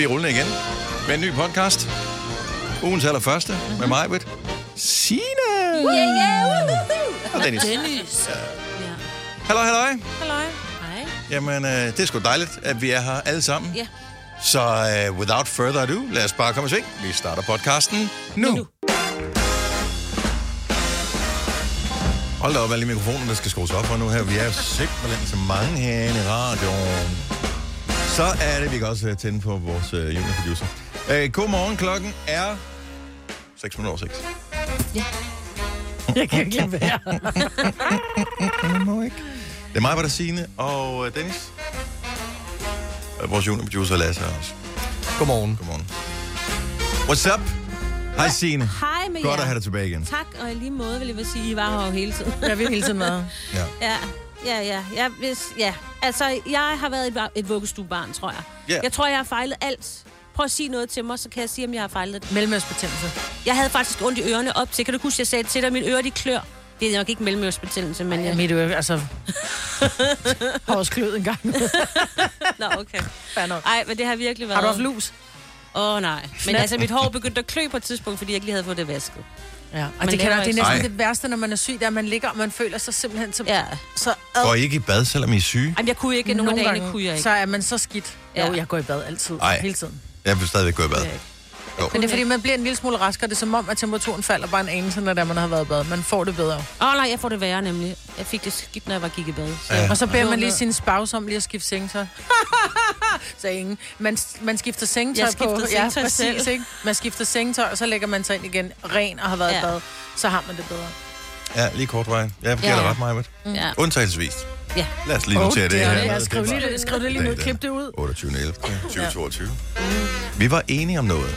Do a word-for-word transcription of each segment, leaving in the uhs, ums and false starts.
vi er rullende igen med en ny podcast. Ugens allerførste mm-hmm. med mig, Britt. Signe! Yeah, yeah! Og Dennis. Dennis. Ja. Halløj, halløj. Halløj. Hej. Jamen, øh, det er sgu dejligt, at vi er her alle sammen. Ja. Så uh, without further ado, lad os bare komme i sving. Vi starter podcasten nu. nu. Hold da op, alle mikrofoner, der skal skrues op for nu her. Vi er simpelthen så mange herinde i radioen. Så er det, vi kan også tænde på vores uh, juniorproducer. Uh, godmorgen, klokken er seks minutter over seks. Ja. Jeg kan ikke lade være. Det er mig, der er Signe, og uh, Dennis. Uh, vores juniorproducer Lasse også. Godmorgen. Godmorgen. What's up? Hej Signe. Hej med Godt jer. at have dig tilbage igen. Tak, og i lige måde vil jeg vil sige, I var her jo hele tiden. Ja, vi er hele tiden med. Ja. Ja, ja, ja. Jeg, hvis, ja. Altså, jeg har været et, et vuggestuebarn, tror jeg. Ja. Jeg tror, jeg har fejlet alt. Prøv at sige noget til mig, så kan jeg sige, om jeg har fejlet det. Mellemøstbetændelse. Jeg havde faktisk ondt i ørerne op til. Kan du huske, jeg sagde til dig, at mine ører, de klør. Det er nok ikke mellemøstbetændelse, men... Ja, jeg... mit øre, altså... har også kløet en gang. Nå, okay. Ej, men det har virkelig været... Har du haft lus? Åh, oh, nej. Men altså, mit hår begyndte at klø på et tidspunkt, fordi jeg ikke lige havde fået det vasket. Ja, og Man det, kan, laver det er ikke- næsten Ej. det værste, når man er syg, der man ligger, og man føler sig simpelthen så... Ja. så Går I ikke i bad, selvom I er syge? Jamen, jeg kunne ikke. Nogle, nogle af dagene kunne jeg ikke. Så er man så skidt. Ja. Jo, jeg går i bad altid. Ej. Hele tiden. Jeg vil stadigvæk gå i bad. Det er ikke. Jo. Men det er fordi, man bliver en lille smule raskere. Det er som om, at temperaturen falder bare en anelse, når der man har været i bad. Man får det bedre. Åh, oh, nej, jeg får det værre nemlig. Jeg fik det skidt, når jeg var gik i bad. Så. Ja. Og så beder man lige Vågnede. sin spouse om lige at skifte sengetøj. Så ingen. Man, man skifter sengetøj Jeg på. skifter Ja, sengetøj præcis, selv. ikke? Man skifter sengetøj, og så lægger man sig ind igen ren og har været Ja. i bad. Så har man det bedre. Ja, lige kort vej. Jeg Ja, gælder ja. ret meget. Mm. Ja. Undtagelsesvis. Ja. Lad os lige notere Åh, det er her. Ja, skriv, lige, skriv det lige ned. Klip det ud. otteogtyvende elleve tyve toogtyve. Vi var enige om noget.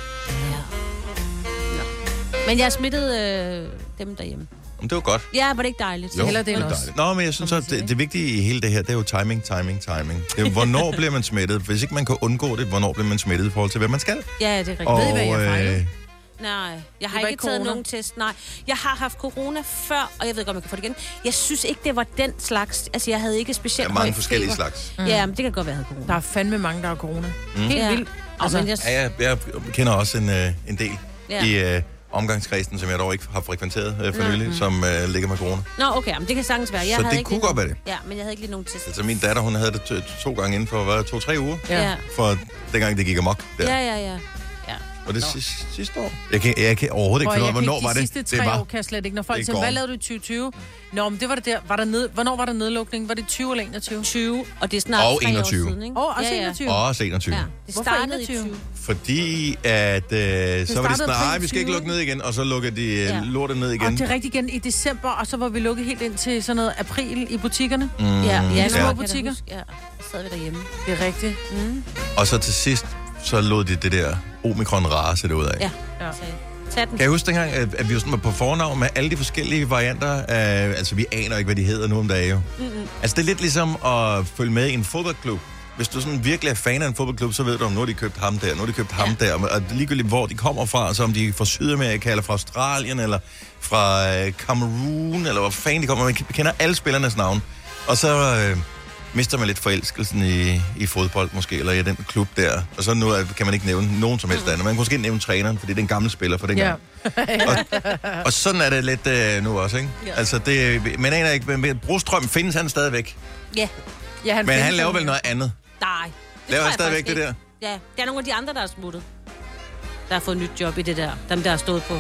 Men jeg smittede øh, dem derhjemme. Men det var godt. Ja, var det ikke dejligt? Heller det er end os. dejligt. Nå, men jeg synes, at det, det vigtige i hele det her, det er jo timing, timing, timing. Det er, hvornår bliver man smittet? Hvis ikke man kan undgå det, hvornår bliver man smittet i forhold til, hvad man skal? Ja, det er rigtigt. Og, Ved I, hvad jeg fejlede? øh, Nej, jeg har var ikke ikke taget corona. nogen test. Nej, jeg har haft corona før, og jeg ved godt, om jeg kan få det igen. Jeg synes ikke, det var den slags. Altså, jeg havde ikke der specielt er mange høj forskellige feber. slags. Mm. Ja, men det kan godt være, jeg havde corona. Der er fandme mange, der har corona. Mm. Helt Ja. vildt. Altså, Altså, men jeg... Ja, jeg, jeg kender også en, øh, en del Ja. i øh, omgangskredsen, som jeg dog ikke har frekventeret øh, for nylig, som øh, ligger med corona. Nå, okay, men det kan sagtens være. Jeg Så havde det ikke kunne lige godt være nogen- det. Ja, men jeg havde ikke lige nogen test. Altså min datter, hun havde det to, to gange inden for, hvad, to-tre uger, ja. Ja, for dengang det gik amok der. ja, ja. ja. ja. Og det sidste, sidste år? Jeg kan, jeg kan overhovedet ikke Prøv, finde ud jeg af, kan hvornår ikke var de det? sidste Det tre var, år kan jeg slet ikke. Når det folk er siger, hvad gone. lavede du i tyve tyve? Nå, men det var det der. Var der, ned, hvornår var der nedlukning? Var det tyve eller enogtyve? tyve, og det er snart Og tre enogtyve. år siden, ikke? Åh, oh, også ja, ja. enogtyve. og også enogtyve. Ja, det Hvorfor startede i enogtyve? tyve. Fordi at, øh, så var det startede sådan, nej, april vi skal ikke tyve, lukke ned igen, og så lukker de øh, Ja. lortet ned Og igen. det er rigtigt igen i december, og så var vi lukket helt ind til sådan noget april i butikkerne. Mm, Ja, ja, små ja. butikker. Ja, så sad vi derhjemme. Det er rigtigt. Mm. Og så til sidst, så lod de det der omikron-rase derud af. Ja, Ja. så tag den. Kan jeg huske dengang, at at vi var sådan var på fornavn med alle de forskellige varianter af, altså vi aner ikke, hvad de hedder nu om dagen jo. Mm-mm. Altså det er lidt ligesom at følge med i en fodboldklub. Hvis du sådan virkelig er fan af en fodboldklub, så ved du, om nu har de købt ham der, nu har de købt ham der, og ligegyldigt hvor de kommer fra, så om de er fra Sydamerika, eller fra Australien, eller fra øh, Cameroon, eller hvor fanden de kommer. Man kender alle spillernes navn. Og så øh, mister man lidt forelskelsen i, i fodbold måske, eller i den klub der. Og så nu øh, kan man ikke nævne nogen som helst andet. Man kan måske nævne træneren, fordi det er en gammel spiller for den Ja. gang. og, og sådan er det lidt øh, nu også, ikke? Ja. Altså, det, man aner ikke, men Brostrøm findes han stadigvæk. Ja, Ja, Men findes han laver jo. vel noget andet. nej. Det Laver tror han jeg stadigvæk faktisk det der? ikke. Ja, der er nogle af de andre, der er smuttet. Der har fået nyt job i det der. Dem, der har stået på. Når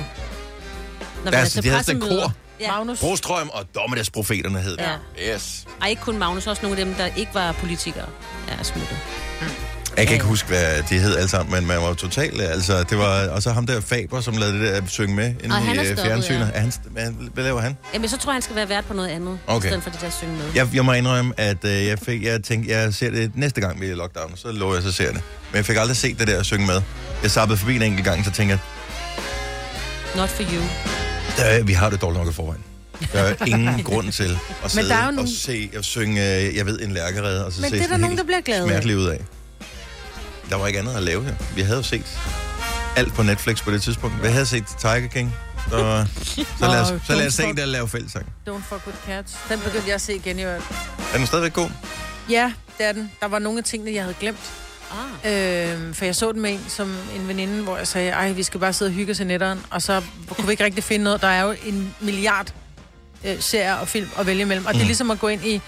Der vi er- er til de havde sådan et pressemøder. kor. Ja. Magnus. Brostrøm og Dommedagsprofeterne hed det. Ja. Yes. Ej, ikke kun Magnus, også nogle af dem, der ikke var politikere. Ja, er smuttet. Jeg kan ikke huske, hvad de hed alle sammen, men man var totalt, altså, det var, og så ham der Faber, som lavede det der at synge med inde Og han er i øh, stoppet, fjernsynet. ja. Er han, hvad, hvad laver han? Jamen, så tror jeg, han skal være vært på noget andet. Okay. I stedet for det der synge med. Jeg, jeg må indrømme, at øh, jeg, fik, jeg tænkte, jeg ser det næste gang, vi er i lockdown, så lover jeg, så ser jeg det. Men jeg fik aldrig set det der at synge med. Jeg zappede forbi en enkelt gang, så tænkte jeg, Not for you. der, vi har det dårligt nok i forvejen. Der er ingen grund til at sidde der er jo og nogle- se og synge, øh, jeg ved, en lærkerede, og så Men se det er der sådan nogen, helt der bliver glade af. smerteligt ud af. Der var ikke andet at lave her. Vi havde jo set alt på Netflix på det tidspunkt. Vi havde set Tiger King. Så, så lad os, Og så lad os Don't se Fuck- en, der laver fællesang. Don't fuck with cats. Den begyndte jeg at se igen i øvrigt. Er den stadigvæk god? Ja, det er den. Der var nogle af tingene, jeg havde glemt. Ah. Øh, for jeg så den med en, som en veninde, hvor jeg sagde, ej, vi skal bare sidde og hygge os i netteren, og så kunne vi ikke rigtig finde noget. Der er jo en milliard øh, serier og film at vælge imellem, og mm. det er ligesom at gå ind i,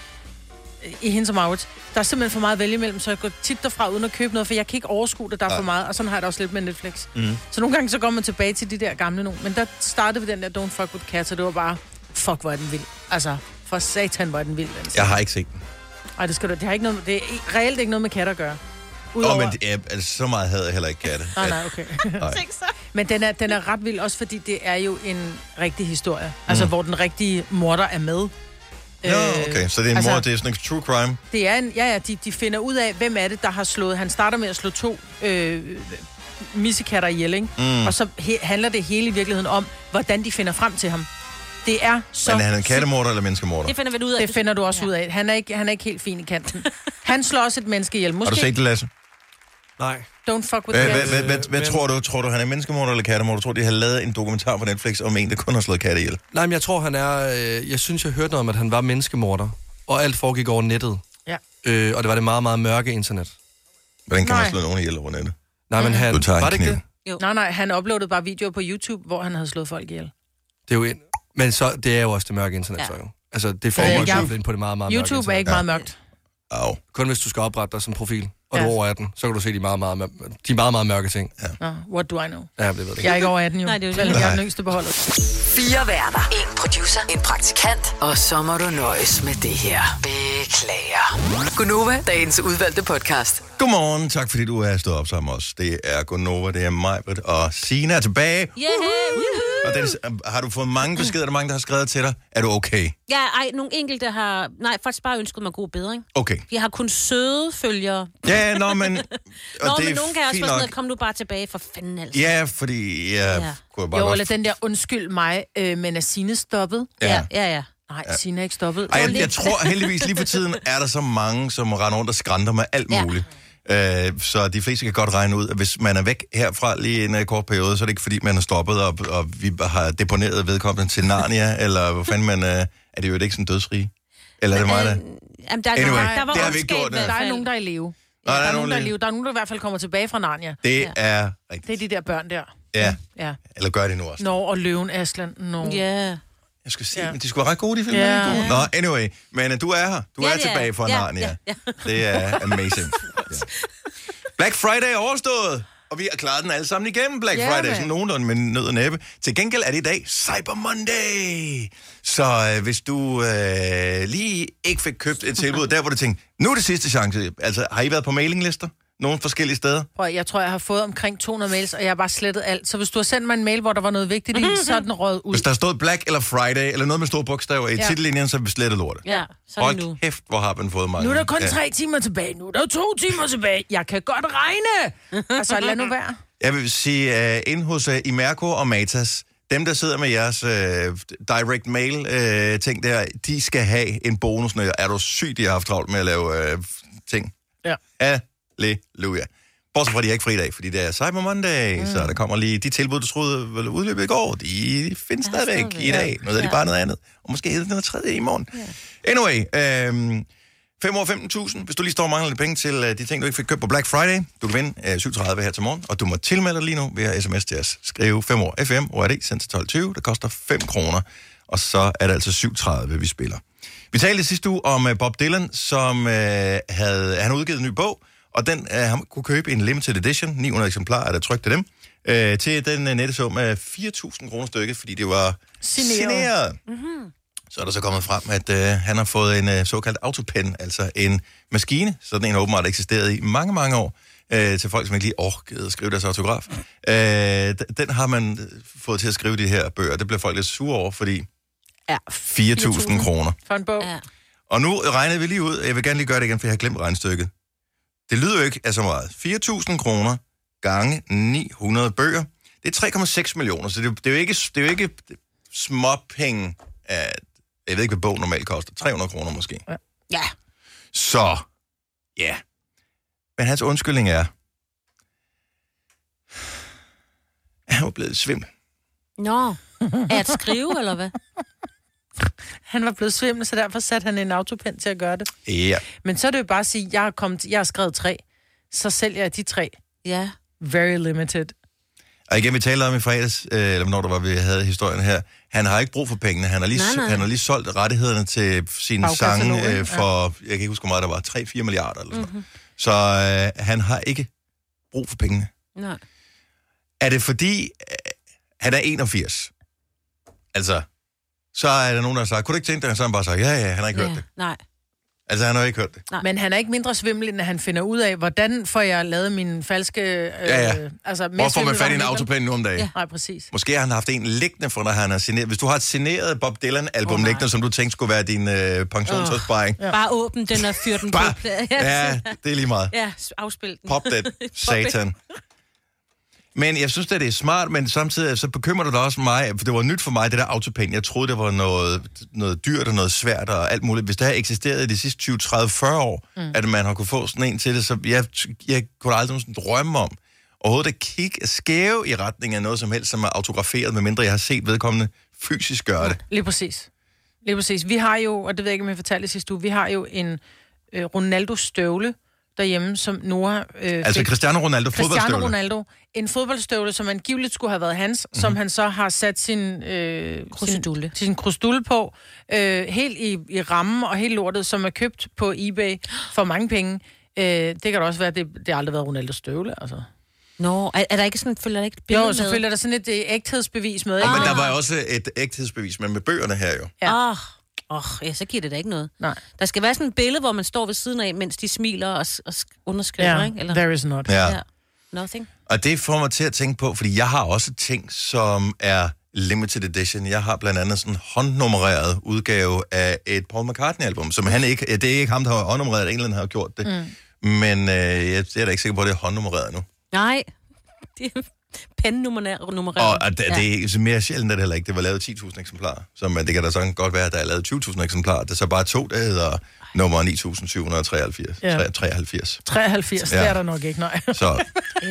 i Hendes og Maurits. Der er simpelthen for meget at vælge imellem, så jeg går tit derfra uden at købe noget, for jeg kan ikke overskue det, der er for meget, og sådan har jeg det også lidt med Netflix. Mm. Så nogle gange så går man tilbage til de der gamle nogle, men der startede vi den der Don't Fuck With Cats, og det var bare, fuck, hvor er den vild. Altså, for satan, hvor er den vild. Den jeg har ikke set den. Ej, det skal du, det har ikke noget, det er reelt ikke noget med katter at gøre. Åh, oh, men det er, altså, så meget havde jeg heller ikke katte. Nej, nej, okay. Nej. Men den er, den er ret vild, også fordi det er jo en rigtig historie. Mm. Altså, hvor den rigtige morder er med. Ja, okay. Så det er en altså, mor, det er sådan en true crime? Det er en, ja, ja, de, de finder ud af, hvem er det, der har slået. Han starter med at slå to øh, missekatter ihjel, ikke? Mm. Og så he, handler det hele i virkeligheden om, hvordan de finder frem til ham. Det er så... Men er han en kattemorder eller menneskemorder? Det finder vi ud af. Det finder du også ja. ud af. Han er, ikke, han er ikke helt fin i kanten. Han slår også et menneske ihjel. Måske... Har du set det, Lasse? Nej. Don't fuck with cats. Hvad, hvad, hvad, hvad tror du? Tror du, han er menneskemorder eller kattemorder? Tror du, de har lavet en dokumentar på Netflix om en, der kun har slået katte ihjel? Nej, men jeg tror, han er... Øh, jeg synes, jeg hørte noget om, at han var menneskemorder. Og alt foregik over nettet. Ja. Øh, og det var det meget, meget mørke internet. Hvordan kan nej. man slå nogen ihjel over nettet? Nej, men han... Var det ikke det? Jo. Nej, nej, han uploadede bare videoer på YouTube, hvor han havde slået folk ihjel. Det er jo en... Men så, det er jo også det mørke internet, ja. Så jo. Altså, det foregår ja, ja. ind på det meget, meget YouTube mørke er ikke ja. meget mørkt. Au. Kun hvis du skal oprette dig som profil, og ja. du er over atten, så kan du se de meget, meget, de meget, meget mørke ting. Ja. Uh, what do I know? Ja, det ved jeg. Jeg er ikke over atten, jo. Nej, det er jo Vel, jeg er den yngste beholdet. Fire værter. En producer. En praktikant. Og så må du nøjes med det her. Beklager. Gunova, dagens udvalgte podcast. Godmorgen, tak fordi du er stået op sammen med os. Det er Gunova, det er Majbert og Signe er tilbage. Yeah, og Dennis, har du fået mange beskeder, der mange, der har skrevet til dig? Er du okay? Ja, ej, nogle enkelte har... Nej, faktisk bare ønsket mig god bedring. Okay. Jeg har kun søde følgere. Ja, nå, men... Og nå, det men nogen kan også være sådan noget, kom nu bare tilbage for fanden altså. Ja, fordi jeg ja. kunne bare... Jo, eller den der undskyld mig, øh, men er Signe stoppet? Ja, ja, ja. ja. Nej, ja. Signe er ikke stoppet. Ej, jeg, jeg tror heldigvis lige for tiden, er der så mange, som render rundt og skrænter med alt ja. muligt. Uh, så de fleste kan godt regne ud, at hvis man er væk herfra lige en uh, kort periode, så er det ikke fordi, man er stoppet, og, og vi har deponeret vedkommende til Narnia, eller hvor fanden man... Uh, er det jo ikke sådan dødsrige? Eller er det mig, der... Jamen, der, anyway, der, der var det har vi ikke gjort. Der er nogen, der er i live. Ja, Nå, der, der, er nogen, der er i live. live. Der er nogen, der i hvert fald kommer tilbage fra Narnia. Det ja. er rigtigt. Det er de der børn der. Ja. ja. Eller gør det nu også. Nå, og løven Aslan. Nå. Ja. Jeg skal sige, ja. men de skulle være ret gode, de film. Ja. Gode. Nå, anyway. Men uh, du er her. Du ja, er tilbage fra ja, Narnia. Ja, ja. Det er amazing. ja. Black Friday er overstået, og vi har klaret den alle sammen igennem Black ja, Friday, sådan nogenlunde med nød og næppe. Til gengæld er det i dag Cyber Monday. Så øh, hvis du øh, lige ikke fik købt et tilbud, der hvor du tænkte, nu er det sidste chance. Altså, har I været på mailinglister? Nogle forskellige steder? Prøv, jeg tror, jeg har fået omkring to hundrede mails, og jeg har bare slettet alt. Så hvis du har sendt mig en mail, hvor der var noget vigtigt i, så er den røget ud. Hvis der stod Black eller Friday, eller noget med store bogstaver i ja. titellinjen, så er vi slettet lortet. Ja, så er det nu. Hold kæft, hvor har man fået mange. Nu er der kun ja. tre timer tilbage. Nu er der to timer tilbage. Jeg kan godt regne. Altså, lad nu være. Jeg vil sige, uh, ind hos uh, Imerco og Matas, dem, der sidder med jeres uh, direct mail uh, ting der, de skal have en bonus, når er du syg, de har haft travlt med at lave uh, ting. Ja. Halleluja. Bortset fra, de er ikke fri i dag, fordi det er Cyber Monday, mm. så der kommer lige de tilbud, du troede ville udløbe i går, de findes ja, stadigvæk i dag. Nu er de bare noget andet. Og måske hedder det noget tredje i morgen. Ja. Anyway, øhm, fem år femten tusind, hvis du lige står og mangler lidt penge til uh, de ting, du ikke fik købt på Black Friday. Du kan vinde uh, syv tredive her til morgen, og du må tilmelde dig lige nu ved at sms til os. Skrive fem år F M, O R D, send til tolv tyve. Det koster fem kroner, og så er det altså syv tredive, vi spiller. Vi talte sidste uge om uh, Bob Dylan, som uh, havde, han har udgivet en ny bog, og den uh, han kunne købe en limited edition, ni hundrede eksemplarer er der trykt til dem, uh, til den uh, nette sum af fire tusind kroner stykket, fordi det var signeret. Mm-hmm. Så er der så kommet frem, at uh, han har fået en uh, såkaldt autopen, altså en maskine, så den åbenbart eksisteret i mange, mange år, uh, til folk, som ikke lige orkede at skrive deres autograf. Uh, den har man fået til at skrive de her bøger. Det bliver folk lidt sure over, fordi ja. fire tusind kroner. For en bog. Ja. Og nu regnede vi lige ud, jeg vil gerne lige gøre det igen, for jeg har glemt regnstykket. Det lyder jo ikke af så meget. fire tusind kroner gange ni hundrede bøger, det er tre komma seks millioner, så det, det, er jo ikke, det er jo ikke småpenge, at, jeg ved ikke, hvad bog normalt koster, tre hundrede kroner måske. Ja. Så, ja. Men hans undskyldning er, at han var blevet svimmel. Nå, at skrive, eller hvad? Han var blevet svimmel, så derfor satte han en autopen til at gøre det. Ja. Men så er det jo bare at sige, jeg har, kommet, jeg har skrevet tre. så sælger jeg de tre. Ja. Very limited. Og igen, vi talte om i fredags, øh, eller hvornår der var, vi havde historien her. Han har ikke brug for pengene. Han har lige, nej, nej. Han har lige solgt rettighederne til sine sange øh, for, ja. jeg kan ikke huske, hvor meget der var, tre til fire milliarder eller sådan mm-hmm. Så øh, han har ikke brug for pengene. Nej. Er det fordi, øh, han er enogfirs? Altså, så er der nogen, der har sagt, kunne du ikke tænke dig? Så han bare sagt, ja, ja, han har ikke ja. hørt det. Nej. Altså, han har ikke hørt det. Nej. Men han er ikke mindre svimmel, end at han finder ud af, hvordan får jeg lavet min falske... Øh, ja, ja. Altså, hvor får man fat i en autoplan nu om dagen? Ja. Nej, præcis. Måske har han haft en liggende for, når han har signeret. Hvis du har et signeret Bob Dylan-album oh, liggende, som du tænkte skulle være din øh, pensionsopsparing. Oh. Ja. Bare åbn den og fyr den bare, på. Ja, det er lige meget. Ja, afspil den. Pop det, satan. Men jeg synes, at det er smart, men samtidig så bekymrer det da også mig, for det var nyt for mig, det der autopen. Jeg troede, det var noget, noget dyrt og noget svært og alt muligt. Hvis det har eksisteret i de sidste tyve, tredive, fyrre år, mm. at man har kunne få sådan en til det, så jeg, jeg kunne aldrig sådan drømme om overhovedet at kigge skæve i retning af noget som helst, som er autograferet, medmindre jeg har set vedkommende fysisk gøre det. Lige præcis. Lige præcis. Vi har jo, og det ved jeg ikke, om jeg fortalte sidste uge, vi har jo en øh, Ronaldo-støvle derhjemme, som Nora øh, altså Cristiano Ronaldo, fodboldstøvle? Cristiano Ronaldo. En fodboldstøvle, som angiveligt skulle have været hans, mm-hmm. som han så har sat sin... Øh, krusedulle. Sin, sin krusedulle på, øh, helt i, i rammen og helt lortet, som er købt på eBay for mange penge. Øh, det kan da også være, at det, det har aldrig været Ronaldos støvle, altså. Nå, er, er der ikke sådan, følger der ikke et billede Jo, så følger der sådan et ægthedsbevis med. Ikke? Ah. Men der var også et ægthedsbevis med, med bøgerne her jo. Ja. Åh, oh, ja, så giver det da ikke noget. Nej. Der skal være sådan et billede, hvor man står ved siden af, mens de smiler og, og underskriver, ja, ikke? Eller? There is not. Ja. Ja. Nothing. Og det får mig til at tænke på, fordi jeg har også ting, som er limited edition. Jeg har blandt andet sådan en håndnummereret udgave af et Paul McCartney-album, som han ikke, det er ikke ham, der har håndnummereret, England har gjort det. Mm. Men øh, jeg er da ikke sikker på, at det er håndnummereret nu. Nej, det er pennummereret. Og, og det, ja. det er mere sjældent, at det heller ikke. Det var lavet ti tusind eksemplarer. Så men det kan da sådan godt være, at der er lavet tyve tusind eksemplarer. Det er så bare to, der hedder nummer ni tusind syv hundrede treoghalvfjerds. Ja. treoghalvfjerds. treoghalvfjerds, ja. Det er der nok ikke, nej. Så.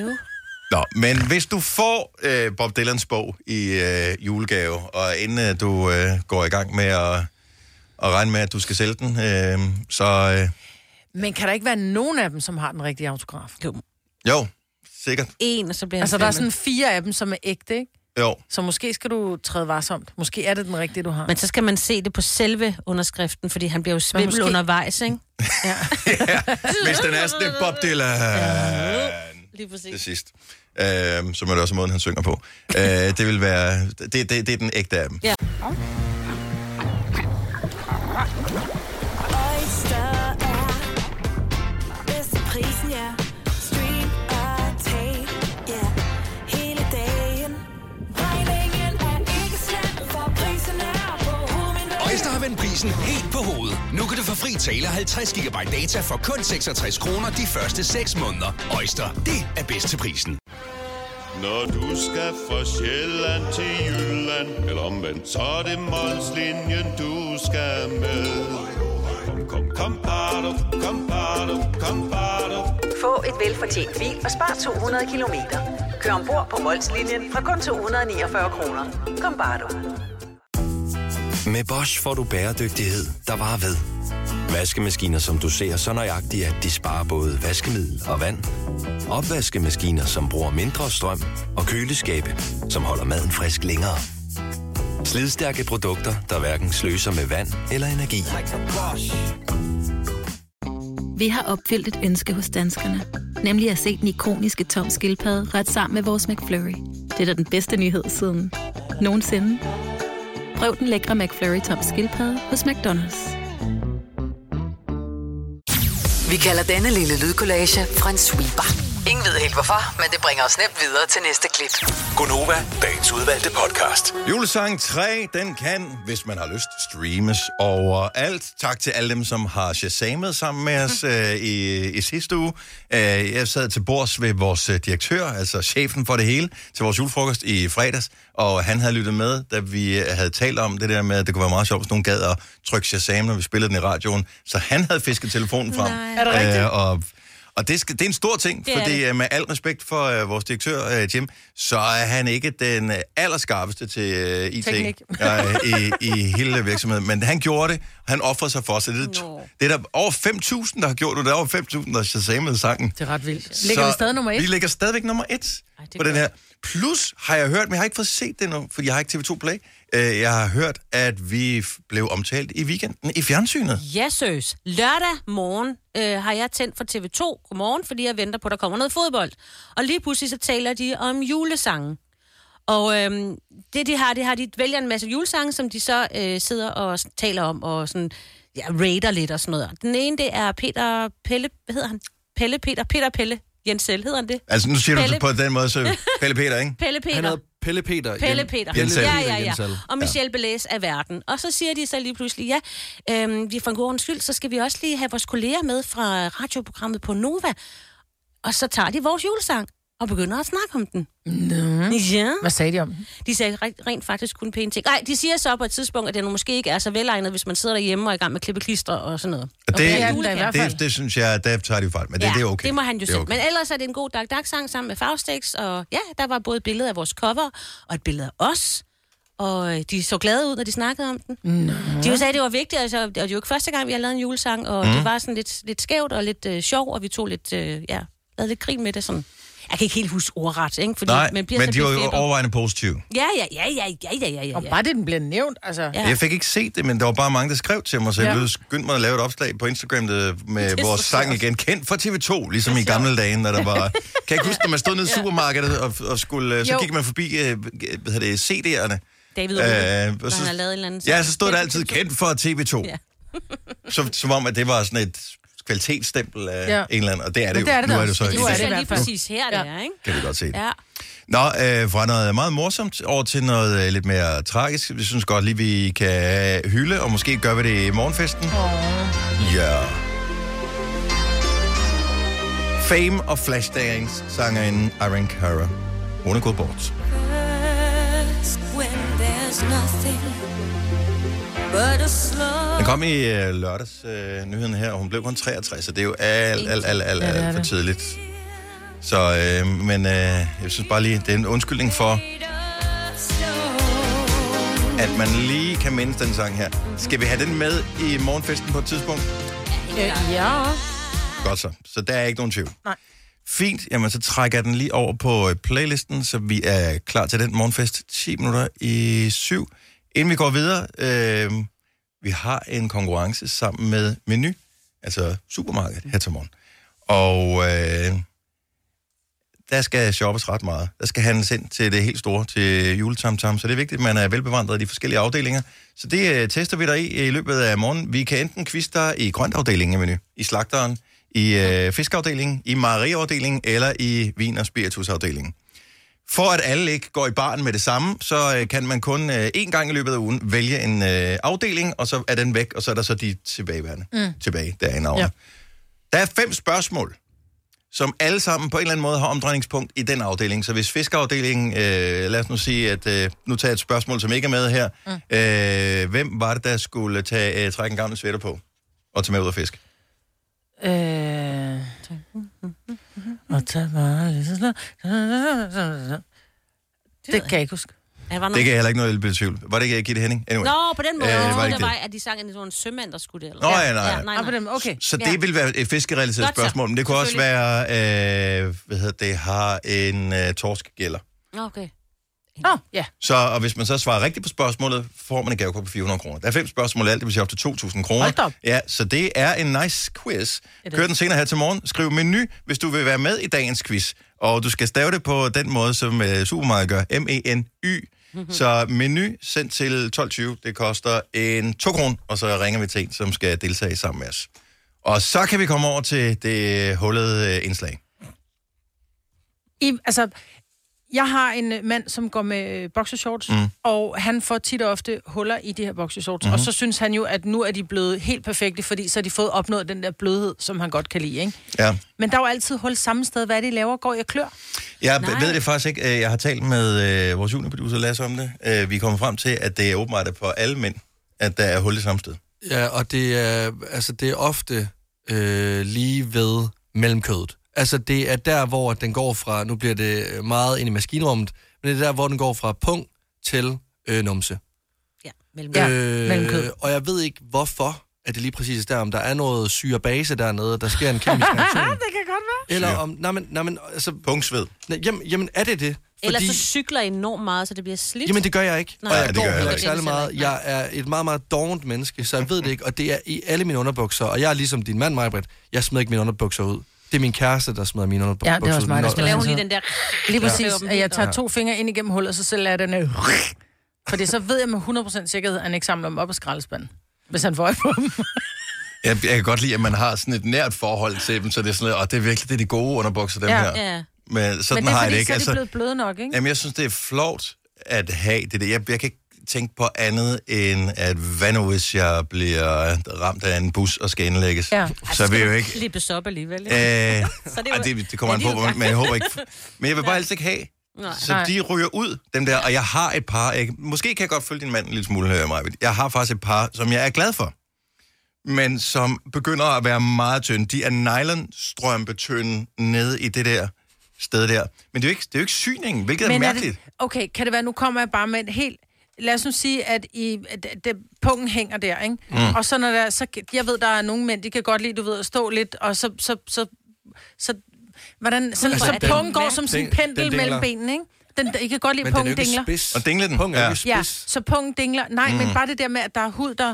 Nå, men hvis du får øh, Bob Dylans bog i øh, julegave, og inden øh, du øh, går i gang med at, at regne med, at du skal sælge den, øh, så... Øh, men kan der ikke være nogen af dem, som har den rigtige autograf? Jo. Jo, sikkert. En, og så bliver altså, der er sådan fire af dem, som er ægte, ikke? Jo. Så måske skal du træde varsomt. Måske er det den rigtige, du har. Men så skal man se det på selve underskriften, fordi han bliver jo svimmel måske... undervejs, ikke? Ja. Ja. Hvis den er sådan en Bob Dylan... Ja. Lige præcis. Det sidste. Uh, som er det også måden, han synger på. Uh, det vil være... Det, det, det er den ægte af dem. Ja. Øjster har vendt prisen helt på hovedet. Nu kan du få fri tale halvtreds gigabyte data for kun seksogtres kroner de første seks måneder. Øjster, det er bedst til prisen. Når du skal fra Sjælland til Jylland, eller omvendt, så er det Molslinjen, du skal med. Kom, kom, kom, bado, kom, bado, kom, bado. Få et velfortjent bil og spar to hundrede kilometer. Kør ombord på Molslinjen fra kun to hundrede niogfyrre kroner. Kom, bado. Med Bosch får du bæredygtighed, der varer ved. Vaskemaskiner, som du ser så nøjagtigt, at de sparer både vaskemiddel og vand. Opvaskemaskiner, som bruger mindre strøm. Og køleskabe, som holder maden frisk længere. Slidstærke produkter, der hverken sløser med vand eller energi. Vi har opfyldt et ønske hos danskerne. Nemlig at se den ikoniske Tom Skildpadde ret sammen med vores McFlurry. Det er da den bedste nyhed siden nogensinde. Prøv den lækre McFlurry Tom Skildpadde hos McDonald's. Vi kalder denne lille lydkollage en sweeper. Ingen ved helt hvorfor, men det bringer os nemt videre til næste klip. Gonova, dagens udvalgte podcast. Julesang tre, den kan, hvis man har lyst, streames overalt. Tak til alle dem, som har shazamet sammen med os øh, i, i sidste uge. Øh, jeg sad til bords ved vores øh, direktør, altså chefen for det hele, til vores julefrokost i fredags, og han havde lyttet med, da vi havde talt om det der med, at det kunne være meget sjovt, hvis nogen gad at trykke shazam, når vi spillede den i radioen. Så han havde fisket telefonen frem. Nej. Er det rigtigt? Øh, og Og det, skal, det er en stor ting, Det er fordi det. øh, med al respekt for øh, vores direktør, øh, Jim, så er han ikke den øh, allerskarpeste til øh, I T Teknik. øh, i, i hele virksomheden. Men han gjorde det, han offrede sig for os. Det er, Nå. det er der over fem tusind, der har gjort det. Der er over fem tusind, der har shazammet sangen. Det er ret vildt. Ligger vi stadig nummer et? Vi ligger stadigvæk nummer et Ej, det på den gør her. Plus har jeg hørt, men jeg har ikke fået set det nu, fordi jeg har ikke T V to Play. Øh, jeg har hørt, at vi f- blev omtalt i weekenden i fjernsynet. Ja, søs. Lørdag morgen øh, har jeg tændt for T V to. Godmorgen, fordi jeg venter på, at der kommer noget fodbold. Og lige pludselig så taler de om julesange. Og øhm, det, de har, det har, de vælger en masse julesange, som de så øh, sidder og taler om, og sådan, ja, raider lidt og sådan noget. Den ene, det er Peter Pelle, hvad hedder han? Pelle Peter, Peter Pelle Jensel, hedder han det? Altså, nu siger Pelle. du det på den måde, så Pelle Peter, ikke? Pelle Peter. Han hedder Pelle Peter. Pelle Jen- Peter. Jensel. Ja, ja, ja. Jensel. Og Michelle ja. Belæs af verden. Og så siger de så lige pludselig, ja, øhm, vi for en god ordens skyld, så skal vi også lige have vores kolleger med fra radioprogrammet på Nova. Og så tager de vores julesang og begynder at snakke om den. Nå. Ja. Hvad sagde de om den? De sagde rent, rent faktisk kun pæne ting. Nej, de siger så på et tidspunkt, at det måske ikke er så velegnet, hvis man sidder derhjemme og er i gang med klippeklister og sådan noget. Og Og det, er er den da i julekant. hvert fald. det, det synes jeg, der tager de fejl, men det, Ja, det er okay. det må han jo Det er selv. okay. Men ellers er det en god Dag Dag-sang sammen med Faustix, og ja, der var både et billede af vores cover, og et billede af os, og de så glade ud, når de snakkede om den. Nå. De jo sagde, at det var vigtigt, altså, og det var jo ikke første gang, vi har lavet en julesang, og mm. det var sådan lidt, lidt skævt og lidt øh, sjov, og vi tog lidt, øh, ja, lavede lidt grin med det sådan. Jeg kan ikke helt huske ordret, ikke? Fordi Nej, man bliver men så de var jo befippet. overvejende positive. Ja, ja, ja, ja, ja, ja, ja, ja. Og bare det, den bliver nævnt, altså. Ja. Jeg fik ikke set det, men der var bare mange, der skrev til mig, så jeg Ja. blev skyndt mig at lave et opslag på Instagram det, med Det er vores så sang sjovt. igen, kendt fra T V to, ligesom Det i er gamle sjovt. dage, når der var... Kan jeg ikke huske, når man stod nede i supermarkedet og, og skulle... Så Jo. gik man forbi, øh, hvad hedder det, C D'erne. David Ove, Øh, når og så- han har lavet en eller anden Ja, sang. så stod der altid kendt for T V to. Ja. Så, som om, at det var sådan et kvalitetsstempel af Ja. en eller anden, og det er det Men jo. det er det nu da er det også. så Det Nu er synes det i jeg hvert lige fald. præcis her, det er, ikke? kan vi godt se. Ja. Nå, øh, fra noget meget morsomt over til noget øh, lidt mere tragisk. Vi synes godt lige, vi kan hylde, og måske gør vi det i morgenfesten. Oh. Ja. Fame og Flashdance sangerinde Irene Cara. Hun er gået bort. Den kom i øh, lørdags øh, nyheden her, og hun blev kun treogtres, så det er jo alt, alt, alt, alt, Ja, det er alt for det. tidligt. Så, øh, men øh, jeg synes bare lige, det er en undskyldning for, at man lige kan mindes den sang her. Skal vi have den med i morgenfesten på et tidspunkt? Øh, ja. Godt så. Så der er ikke nogen tvivl. Nej. Fint. Jamen, så trækker jeg den lige over på øh, playlisten, så vi er klar til den morgenfest. ti minutter i syv. Inden vi går videre, øh, vi har en konkurrence sammen med Menu, altså supermarkedet her til morgen. Og øh, der skal shoppes ret meget. Der skal handles ind til det helt store, til juletamtam, så det er vigtigt, at man er velbevandret i de forskellige afdelinger. Så det øh, tester vi dig i i løbet af morgen. Vi kan enten quizze dig i grøntafdelingen af Menu, i slagteren, i øh, fiskafdelingen, i mejeriafdelingen eller i vin- og spiritusafdelingen. For at alle ikke går i baren med det samme, så øh, kan man kun øh, én gang i løbet af ugen vælge en øh, afdeling, og så er den væk, og så er der så de tilbageværende mm. tilbage derinde over. Ja. Der er fem spørgsmål, som alle sammen på en eller anden måde har omdrejningspunkt i den afdeling. Så hvis fiskeafdelingen, øh, lad os nu sige, at øh, nu tager jeg et spørgsmål, som ikke er med her. Mm. Øh, hvem var det, der skulle tage, øh, trække en gammel sweater på og tage med ud og fisk? Øh... Og tag bare lidt sådan. Det kan jeg ikke huske. Ja, var Det kan jeg heller ikke noget lille tvivl. Var det ikke Gitte Henning? Anyway. Nå, på den måde. Øh, Øh, det jeg var troede, ikke det var, det. at de sang, at det var en sømand, der skulle det. Eller? Nå, ja, nej, ja, nej. nej, Ah, på nej. dem. Okay. Så Ja. det vil være et fiskerelateret Godt så. spørgsmål, men det kunne også være, øh, hvad hedder det, har en øh, torskgælder. Okay. Nå, ja. Så, og hvis man så svarer rigtigt på spørgsmålet, får man en gavekort på fire hundrede kroner. Der er fem spørgsmål i alt, det vil sige op til to tusind kroner. Hold da op. Ja, så det er en nice quiz. det. Kør den senere her til morgen. Skriv menu, hvis du vil være med i dagens quiz. Og du skal stave det på den måde, som uh, supermarkedet gør. M E N Y. Mm-hmm. Så menu sendt til tolv tyve. Det koster en to kroner, og så ringer vi til en, som skal deltage sammen med os. Og så kan vi komme over til det hullede uh, indslag. I, altså, jeg har en øh, mand, som går med øh, boxershorts, mm. og han får tit og ofte huller i de her boxershorts. Mm-hmm. Og så synes han jo, at nu er de blevet helt perfekte, fordi så har de fået opnået den der blødhed, som han godt kan lide, ikke? Ja. Men der er jo altid hul samme sted. Hvad er det, I laver? Går I og klør? Jeg Nej. ved det faktisk ikke. Jeg har talt med øh, vores juniorproducer Lasse om det. Øh, vi er kommet frem til, at det er åbenbart på alle mænd, at der er hul i samme sted. Ja, og det er, altså, det er ofte øh, lige ved mellem kødet. Altså, det er der, hvor den går fra, nu bliver det meget ind i maskinrummet, men det er der, hvor den går fra pung til øh, numse. Ja, mellem, øh, ja, mellem kød. Og jeg ved ikke, hvorfor at det lige præcis der, om der er noget syrebase dernede, der sker en kemisk reaktion. Det kan godt være. Eller om, nej, men, nej, men, altså... Pungsved. Nej, jamen, jamen, er det det? Fordi... Ellers så cykler enormt meget, så det bliver slidt. Jamen, det gør jeg ikke. Nej, og jeg det går gør jeg heller ikke. ikke særlig meget. Jeg er et meget, meget dovent menneske, så jeg ved det ikke, og det er i alle mine underbukser. Og jeg er ligesom din mand, Maj-Brit. Jeg smider ikke mine underbukser ud. Det er min kæreste, der smider mine underbukser ud. Ja, det er også mig, der skal lave lige den der... Lige præcis, at jeg tager to fingre ind igennem hullet, og så selv lader den ned. Fordi så ved jeg med hundrede procent sikkerhed, at han ikke samler dem op af skraldespanden, hvis han får øje på dem. Jeg, jeg kan godt lide, at man har sådan et nært forhold til dem, så det er sådan, og det er virkelig det er de gode underbukser, dem Ja. her. Ja. Men sådan Men det er har jeg fordi, det ikke. så er de Altså, blevet bløde nok, ikke? jamen, jeg synes, det er flovt at have det der. Jeg, jeg kan ikke tænke på andet end, at hvad nu, hvis jeg bliver ramt af en bus og skal indlægges? Ja. Så vil jeg jo ikke... Slippes op alligevel, ikke? Øh, Så det, ej, det, det kommer ja, an på, det er jo men jeg håber ikke... Men jeg vil bare helst ikke have. Nej. Så de ryger ud, dem der, og jeg har et par... Jeg, måske kan jeg godt følge din mand en lille smule her, Maja. Jeg har faktisk et par, som jeg er glad for, men som begynder at være meget tynde. De er nylonstrømpetynde nede i det der sted der. Men det er jo ikke, det er jo ikke syningen, hvilket Men er er mærkeligt. det, okay, kan det være, nu kommer jeg bare med et helt... Lad os nu sige, at i, at det, pungen hænger der, ikke? Mm. Og så når der, så, jeg ved, der er nogle mænd, de kan godt lide, du ved, at stå lidt, og så, så, så, så, hvordan, så, Altså, så den- pungen går som sådan en den- den pendel dingler. mellem benene, ikke? Den, I kan godt lide, Men den er jo pungen ikke dingler. spids. Og dingle den. Pung er jo Ja. ikke Ja, spids. så pungen dingler. Nej, mm. men bare det der med, at der er hud, der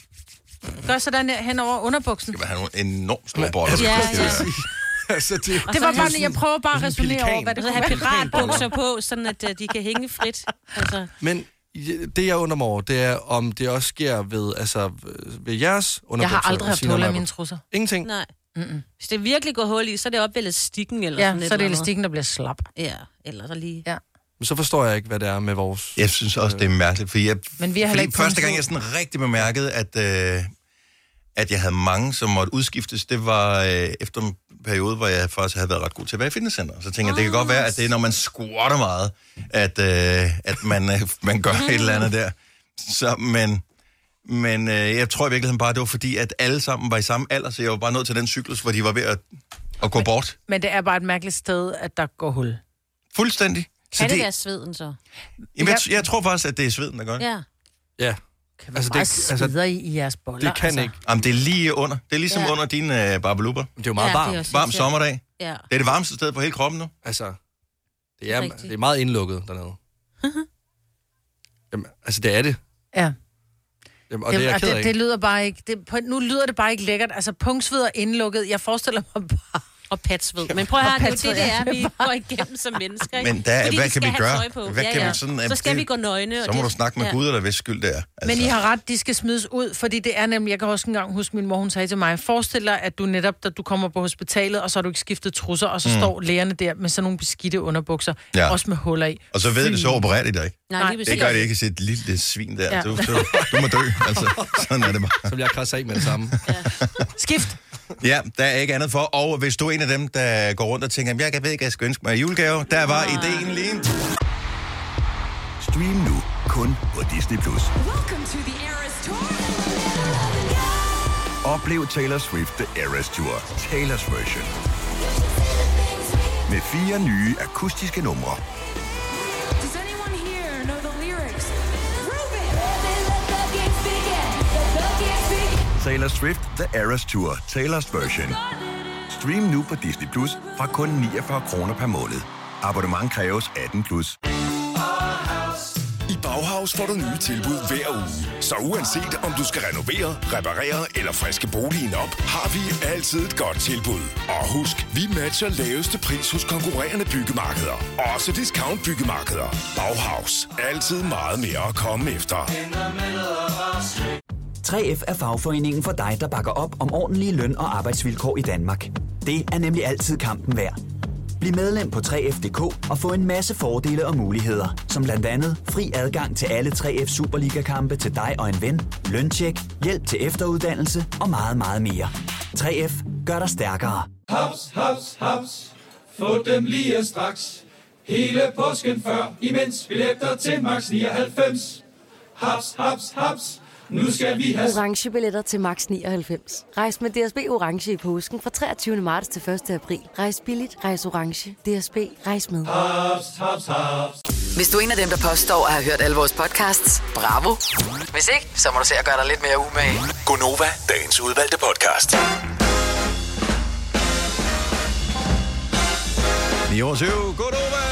gør sådan her hen over underbuksen. Det var have nogle enormt store boller. Ja, ja. Altså, det, Det var bare, jeg prøver bare at resonere over, hvad det Og så kunne have være. piratbukser på, sådan at uh, de kan hænge frit. Altså, Men det, jeg undrer mig over, det er, om det også sker ved, altså, ved jeres underbukser. Jeg har aldrig haft Signe og huller i Maj-Brit. mine trusser. Ingenting? nej. Mm-mm. Hvis det virkelig går hul i, så er det op ved elastikken eller Ja, sådan så er det et eller elastikken, der bliver slap. andet. Ja, eller så lige... Ja. Men så forstår jeg ikke, hvad det er med vores... Jeg synes også, det er mærkeligt, fordi, jeg, Men vi har heller fordi ikke første fundet gang, jeg sådan rigtig bemærkede, at, øh, at jeg havde mange, som måtte udskiftes, det var øh, efter en periode, hvor jeg faktisk havde været ret god til at være i fitnesscenter. Så tænkte jeg, det kan godt være, at det er, når man squatter meget, at, øh, at man, øh, man gør et eller andet der. Så, men men øh, jeg tror i virkeligheden bare, det var fordi, at alle sammen var i samme alder, så jeg var bare nået til den cyklus, hvor de var ved at, at gå bort. Men det er bare et mærkeligt sted, at der går hul. Fuldstændig. Så Kan det være sveden så? Jamen, jeg, jeg tror faktisk, at det er sveden, der gør det. Ja. Ja. Kan vi Altså, bare det- altså, altså, i, i jeres boller? Det kan altså. ikke. Jamen, det er lige under. Det er ligesom Ja. under dine øh, barbeluber. Det er jo meget Ja, det er varmt. også- Varm sommerdag. Ja. Det er det varmeste sted på hele kroppen nu. Altså, det er, Rigtigt. det er meget indlukket dernede. Jamen, altså, det er det. Ja. Jamen, og Det, det, er jeg og ked af, det, ikke? det lyder bare ikke... Det, på, nu lyder det bare ikke lækkert. Altså, pungsved og indlukket. Jeg forestiller mig bare... Og patsved. Men prøv at høre, Og det er jo det, patsved, det er, ja. vi går igennem som mennesker. Ikke? Men der, Fordi hvad de kan skal vi have gøre? tøj på. Hvad ja, kan ja. vi sådan, Så skal det, vi gå nøgne. Så og må det, du snakke med ja. Gud, eller hvis skyld det er. Altså. Men I har ret, de skal smides ud, fordi det er nemlig... Jeg kan også engang huske, min mor, hun sagde til mig, forestil dig, at du netop, da du kommer på hospitalet, og så har du ikke skiftet trusser, og så mm. står lægerne der med sådan nogle beskidte underbukser, Ja. også med huller i. Og så ved det, så opererer de dig ikke. Nej, lige Det præcis. gør det ikke at se et lille svin der. Ja. Du, du, du må dø, altså. Sådan er det bare. Så bliver jeg krasser af med det samme. Skift! Ja, der er ikke andet for. Og hvis du er en af dem, der går rundt og tænker, jeg ved ikke, jeg skal ønske mig julegave, der var ideen lige. Stream nu kun på Disney plus. Oplev Taylor Swift The Eras Tour, Taylor's version. Med fire nye akustiske numre. Taylor Swift The Eras Tour, Taylor's version. Stream nu på Disney plus fra kun niogfyrre kroner per måned. Abonnement kræves atten plus. I Bauhaus får du nye tilbud hver uge. Så uanset om du skal renovere, reparere eller friske boligen op, har vi altid et godt tilbud. Og husk, vi matcher laveste pris hos konkurrerende byggemarkeder. Også discount byggemarkeder. Bauhaus. Altid meget mere at komme efter. tre F er fagforeningen for dig, der bakker op om ordentlige løn- og arbejdsvilkår i Danmark. Det er nemlig altid kampen værd. Bliv medlem på tre F punktum d k og få en masse fordele og muligheder, som blandt andet fri adgang til alle tre F Superliga-kampe til dig og en ven, løntjek, hjælp til efteruddannelse og meget, meget mere. tre F gør dig stærkere. Haps, haps, haps. Få dem lige straks. Hele påsken før, imens billetter til max nioghalvfems. Haps, haps, haps. Nu skal vi have... Orange billetter til max nioghalvfems. Rejs med D S B Orange i påsken fra treogtyvende marts til første april. Rejs billigt, rejs orange. D S B, rejs med. Haps, haps, haps. Hvis du er en af dem, der påstår at have hørt alle vores podcasts, bravo. Hvis ikke, så må du se at gøre dig lidt mere umage. Gonova, dagens udvalgte podcast. ni år syv, Gonova!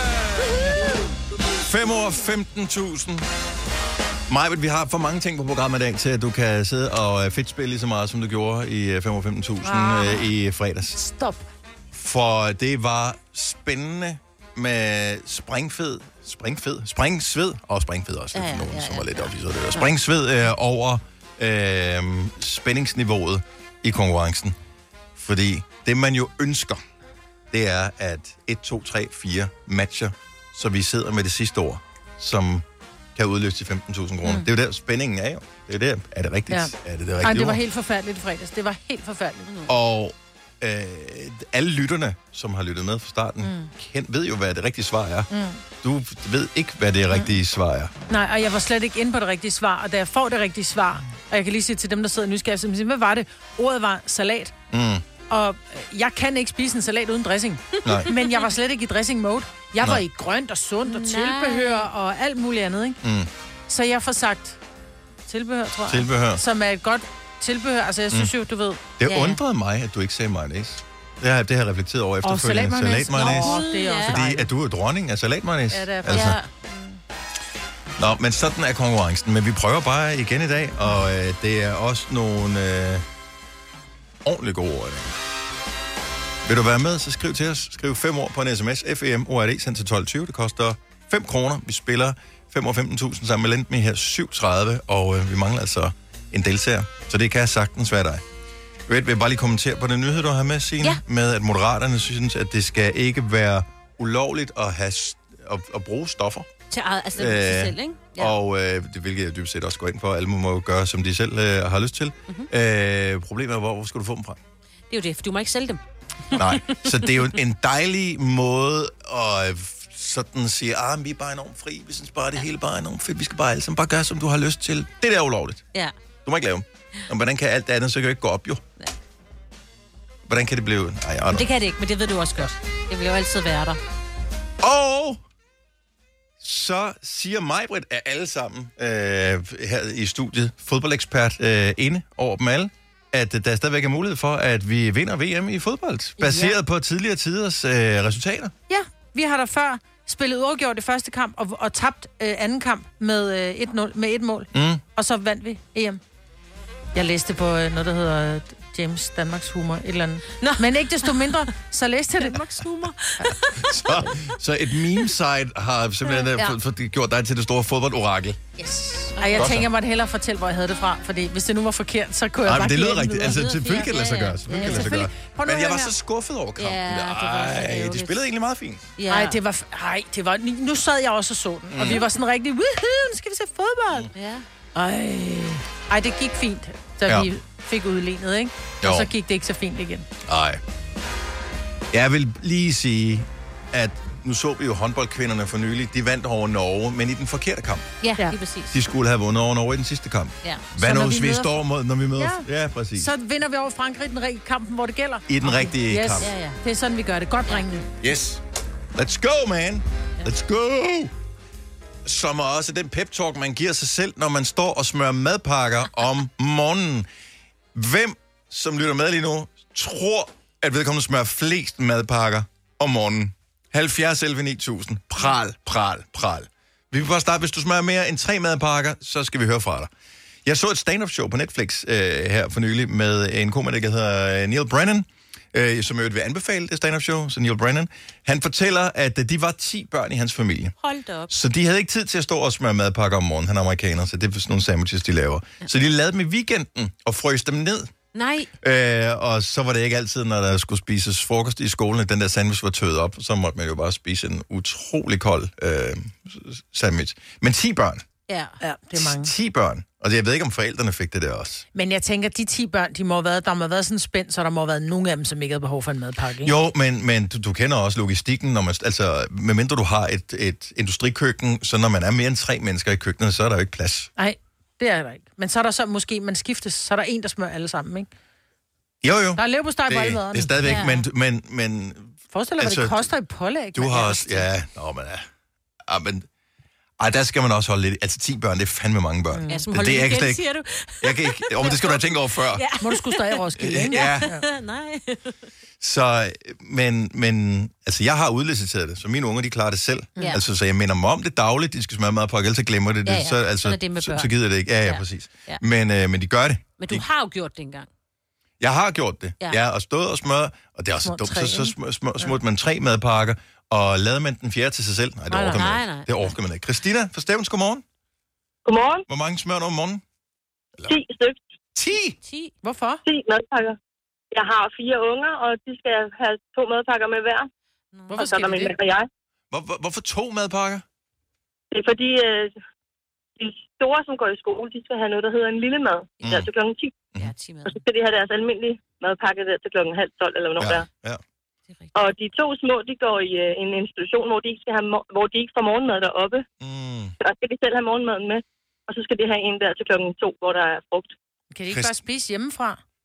fem år, femten tusind. Majbet, vi har for mange ting på programmet i dag, til at du kan sidde og fedtspille lige så meget, som du gjorde i fem år, femten tusind ah. i fredags. Stop. For det var spændende med springfed, springfed, springsved, og springfed også, ja, ja, nogen, ja, ja, som var lidt ja. opvist. Det var springsved øh, over øh, spændingsniveauet i konkurrencen. Fordi det, man jo ønsker, det er, at et, to, tre, fire matcher, så vi sidder med det sidste ord, som kan udløse til femten tusind kroner. Mm. Det er jo der, spændingen er jo. Det er der. Er det rigtigt? Ja. Er det det rigtige Ej, det var ord? helt forfærdeligt i fredags. Det var helt forfærdeligt. Mm. Og øh, alle lytterne, som har lyttet med fra starten, mm. kend, ved jo, hvad det rigtige svar er. Mm. Du ved ikke, hvad det rigtige mm. svar er. Nej, og jeg var slet ikke inde på det rigtige svar, og da jeg får det rigtige svar, og jeg kan lige sige til dem, der sidder nysgerrige, hvad var det? Ordet var salat. Mm. Og jeg kan ikke spise en salat uden dressing. Nej. Men jeg var slet ikke i dressing-mode. Jeg Nej. var i grønt og sundt og tilbehør og alt muligt andet, ikke? Mm. Så jeg får sagt tilbehør, tror jeg. Tilbehør. Som er et godt tilbehør. Altså, jeg synes mm. jo, du ved... Det ja, undrede mig, at du ikke sagde mayonnaise. Det har, det har jeg reflekteret over efterfølgende. Og salatmayonnaise. Salatmayonnaise. Det er også Fordi at du er dronning af salatmayonnaise. Ja, det er altså. Ja. Nå, men sådan er konkurrencen. Men vi prøver bare igen i dag, og øh, det er også nogle øh, ordentligt gode ord i dag. Vil du være med, så skriv til os. Skriv fem år på en sms. F E M O R D sendt til tolv tyve. Det koster fem kroner. Vi spiller fem år femten tusind sammen med Lendme her syv tredive, og øh, vi mangler altså en deltager. Så det kan sagtens være dig. Jeg vil bare lige kommentere på den nyhed, du har med, Signe, ja. med at Moderaterne synes, at det skal ikke være ulovligt at, have, at, at bruge stoffer. Til eget, altså øh, sig selv, ikke? Ja. Og øh, det hvilket jeg dybest set også går ind for. Alle må gøre, som de selv øh, har lyst til. Mm-hmm. Øh, problemet er, hvor, hvor skal du få dem fra? Det er jo det, for du må ikke sælge dem. Nej, så det er jo en dejlig måde at sådan sige, ah, vi er bare enormt fri, vi synes bare, det hele bare er enormt fedt, vi skal bare alle sammen bare gøre, som du har lyst til. Det der er ulovligt. Ja. Du må ikke lave dem. Og hvordan kan alt det andet, så kan jo ikke gå op, jo? Ja. Hvordan kan det blive? Nej, jeg det kan det ikke, men det ved du også godt. Det vil jo altid være der. Og så siger Majbrit af alle sammen øh, her i studiet, fodboldekspert øh, inde over dem alle, at der stadigvæk er mulighed for, at vi vinder V M i fodbold, baseret ja. på tidligere tiders øh, resultater. Ja, vi har da før spillet uafgjort i første kamp, og, og tabt øh, anden kamp med, øh, et nul, med et mål, mm. og så vandt vi E M. Jeg læste på øh, noget, der hedder James Danmarks Humor, et eller andet. Nå. Men ikke desto mindre, så læste jeg det. Danmarks Humor. så, så et meme-site har simpelthen ja. for, for, gjort dig til det store fodboldorakel. Yes. Ej, jeg Godt tænker, jeg måtte hellere fortælle, hvor jeg havde det fra, fordi hvis det nu var forkert, så kunne jeg Ej, bare det lyder rigtigt. Altså, selvfølgelig kan det lade sig gøre. Selvfølgelig kan det lade sig gøre. Men jeg var så skuffet over kampen. Ja, det var Ej, de spillede egentlig meget fint. Nej, det var... Ej, det var... Nu sad jeg også og så den, mm. og vi var sådan rigtig... Woohoo, nu skal vi se fodbold. Mm. Ja. Ej. Ej, det gik fint, da ja. vi fik udlignet, ikke? Jo. Og så gik det ikke så fint igen. Nej. Jeg vil lige sige, at nu så vi jo håndboldkvinderne for nylig. De vandt over Norge, men i den forkerte kamp. Ja, lige præcis. De skulle have vundet over Norge i den sidste kamp. Ja. Hvad nu, hvis vi står mod, når vi møder... Ja. ja, præcis. Så vinder vi over Frankrig i den rigtige kampen, hvor det gælder. I den rigtige yes. kamp. Ja, ja. Det er sådan, vi gør det. Godt, drengene. Yes. Let's go, man. Let's go. Som er også den pep-talk, man giver sig selv, når man står og smører madpakker om morgenen. Hvem, som lytter med lige nu, tror, at vedkommende smører flest madpakker om morgenen? halvfjerds elleve ni tusind. Pral, pral, pral. Vi vil bare starte. Hvis du smører mere end tre madpakker, så skal vi høre fra dig. Jeg så et stand-up show på Netflix øh, her for nylig med en komiker, der hedder Neil Brennan, øh, som jeg vil anbefale det stand-up show, så Neil Brennan. Han fortæller, at de var ti børn i hans familie. Hold da op. Så de havde ikke tid til at stå og smøre madpakker om morgenen. Han er amerikaner, så det er sådan nogle sandwiches, de laver. Ja. Så de lavede dem i weekenden og frøs dem ned. Nej. Øh, og så var det ikke altid, når der skulle spises frokost i skolen, at den der sandwich var tøet op. Så måtte man jo bare spise en utrolig kold øh, sandwich. Men ti børn. Ja, ja, det er mange. ti børn. Og jeg ved ikke, om forældrene fik det der også. Men jeg tænker, de ti børn, de må have været, der må have været sådan spændt, så der må have været nogle af dem, som ikke havde behov for en madpakke, ikke? Jo, men, men du, du kender også logistikken, når man, altså, medmindre du har et, et industrikøkken, så når man er mere end tre mennesker i køkkenet, så er der jo ikke plads. Nej, Det er der ikke. Men så er der så måske, man skiftes, så er der en, der smører alle sammen, ikke? Jo, jo. Der er leverpostej på alle maderne. Det er stadigvæk, ja. men... men, men Forestil dig, altså, hvad det koster i pålæg. Du har også... Ja, nå, men... Ja, men ej, der skal man også holde lidt... Altså, ti børn, det er fandme mange børn. Ja, som det, holder det, igen, ikke, siger du. Jeg kan ikke... Oh, men det skal du have tænkt over før. Ja. Må du skulle stå i Roskilde, ikke? Ja. Nej. Så, men, men... Altså, jeg har udliciteret det, så mine unger, de klarer det selv. Ja. Altså, så jeg minder mig om det dagligt. De skal smøre mad på, ellers så glemmer det. Ja, ja. Så, altså, det med så, så gider det ikke. Ja, ja, ja. præcis. Ja. Men, øh, men de gør det. Men du de... har jo gjort det engang. Jeg har gjort det. Ja, Ja. og stået og smøret, og det er også Små dumt. tre, Så, så ikke? sm- sm- smurte man tre madpakker, og lavede man den fjerde til sig selv. Nej, det Nej, orker man nej, ikke. nej. Det orker man ikke. Christina fra Stævns, godmorgen. Godmorgen. Hvor mange smør du om morgenen? ti stykker. ti? ti? Hvorfor? ti madpakker. Jeg har fire unger, og de skal have to madpakker med hver. Hvorfor og så er skal der de min det? mand og jeg. Hvor, hvor, hvorfor to madpakker? Det er fordi, øh, de store, som går i skole, de skal have noget, der hedder en lille mad. Mm. Der til klokken ti. Ja, ti mad. Og så skal de have deres almindelige madpakke der til klokken halv tolv, eller hvornår Ja, der. ja. Og de to små, de går i øh, en institution, hvor de ikke, skal have, hvor de ikke får morgenmad deroppe. Mm. Så der skal de selv have morgenmaden med. Og så skal de have en der til klokken to, hvor der er frugt. Kan de ikke bare spise hjemmefra?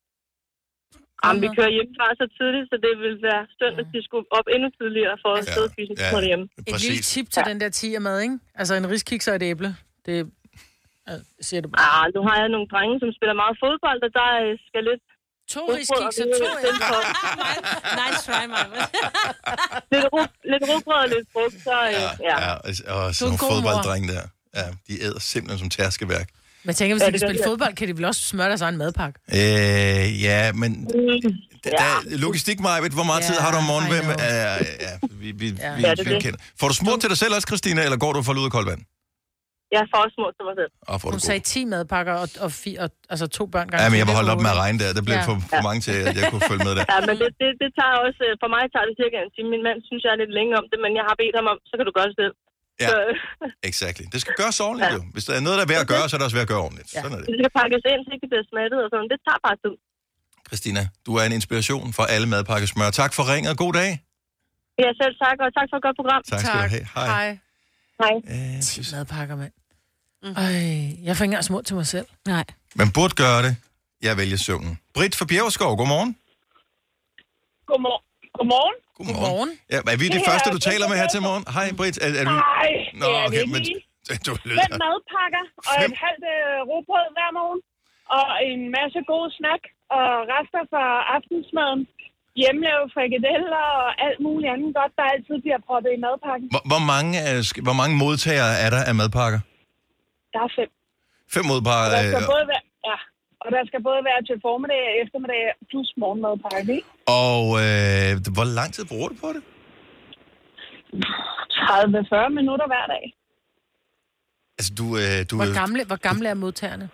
Jamen, vi kører hjemmefra så tidligt, så det vil være synd, at de skulle op endnu tidligere for at sidde og spise ja, ja, derhjemme. Et lille tip til ja. den der tier-mad, ikke? Altså en riskiks og et æble. Det øh, siger du bare. Ah, nu har jeg nogle drenge, som spiller meget fodbold, og der øh, skal lidt... To riskiks og to æble. Nice try, Maja. lidt, ru, lidt rugbrød og lidt frugt, så øh, ja. Ja, og, og Du er sådan en nogle god mor. fodbolddrenge der. Ja, de æder simpelthen som tærskeværk. Men jeg tænker, hvis Ja, de det kan gør spille jeg. fodbold, kan de vel også smøre deres egen madpakke? Øh, ja, men... Mm, Da, da, logistik, Maja, hvor meget Ja, tid har du om morgenen? I Hvem, know. ja, ja, vi, vi, Ja. vi, Ja, det er vi det. kender. Får du smurt til dig selv også, Christina, eller går du for ud af koldt vand? Jeg får også små til mig selv. Og får Hun du sagde god. ti madpakker og, og, fire, og altså to børn gange. Ja, men jeg var fire, holdt op med at otte. regne der. Det blev Ja. for, for mange til, at jeg kunne følge med der. Ja, men det, det, det tager også... øh, For mig tager det cirka en time. Min mand synes, jeg er lidt længe om det, men jeg har bedt ham om, så kan du gøre det selv. Ja. Så, Exactly. Det skal gøres ordentligt, jo. Hvis der er noget, der er værd at gøre, så er det også værd at gøre ordentligt. Ja. Sådan er det. det skal pakkes ind, så det ikke bliver smattet og sådan. Det tager bare tid. Christina, du er en inspiration for alle madpakkesmør. Tak for ringet. God dag. Ja, selv tak, og tak for et godt program. Tak skal du have. Hej. Hej. Hej. Øh, ti madpakker, mand. Ej, jeg får ikke engang smurt til mig selv. Nej. Man burde gøre det. Jeg vælger søvnen. Britt fra Bjergskov, godmorgen. Godmorgen. Godmorgen. Godmorgen. Ja, er vi det Det første, er- du taler med her til morgen? Hej, Britt. Er, er du... Nej, Nå, det er okay, det men lige. du Fem lyder... madpakker og Fem? et halvt øh, rugbrød hver morgen. Og en masse god snack og rester fra aftensmaden. Hjemmelavet frikadeller og alt muligt andet godt, der altid bliver proppet i madpakken. Hvor, hvor, mange, øh, sk- hvor mange modtagere er der af madpakker? Der er fem. Fem modpakker. Og der skal øh, både være, ja, og der skal både være til formiddag og eftermiddag plus morgenmadpakke, ikke? Og øh, hvor lang tid bruger du på det? tredive til fyrre minutter hver dag. Altså, du... Øh, du Hvor gamle, hvor gamle er modtagerne?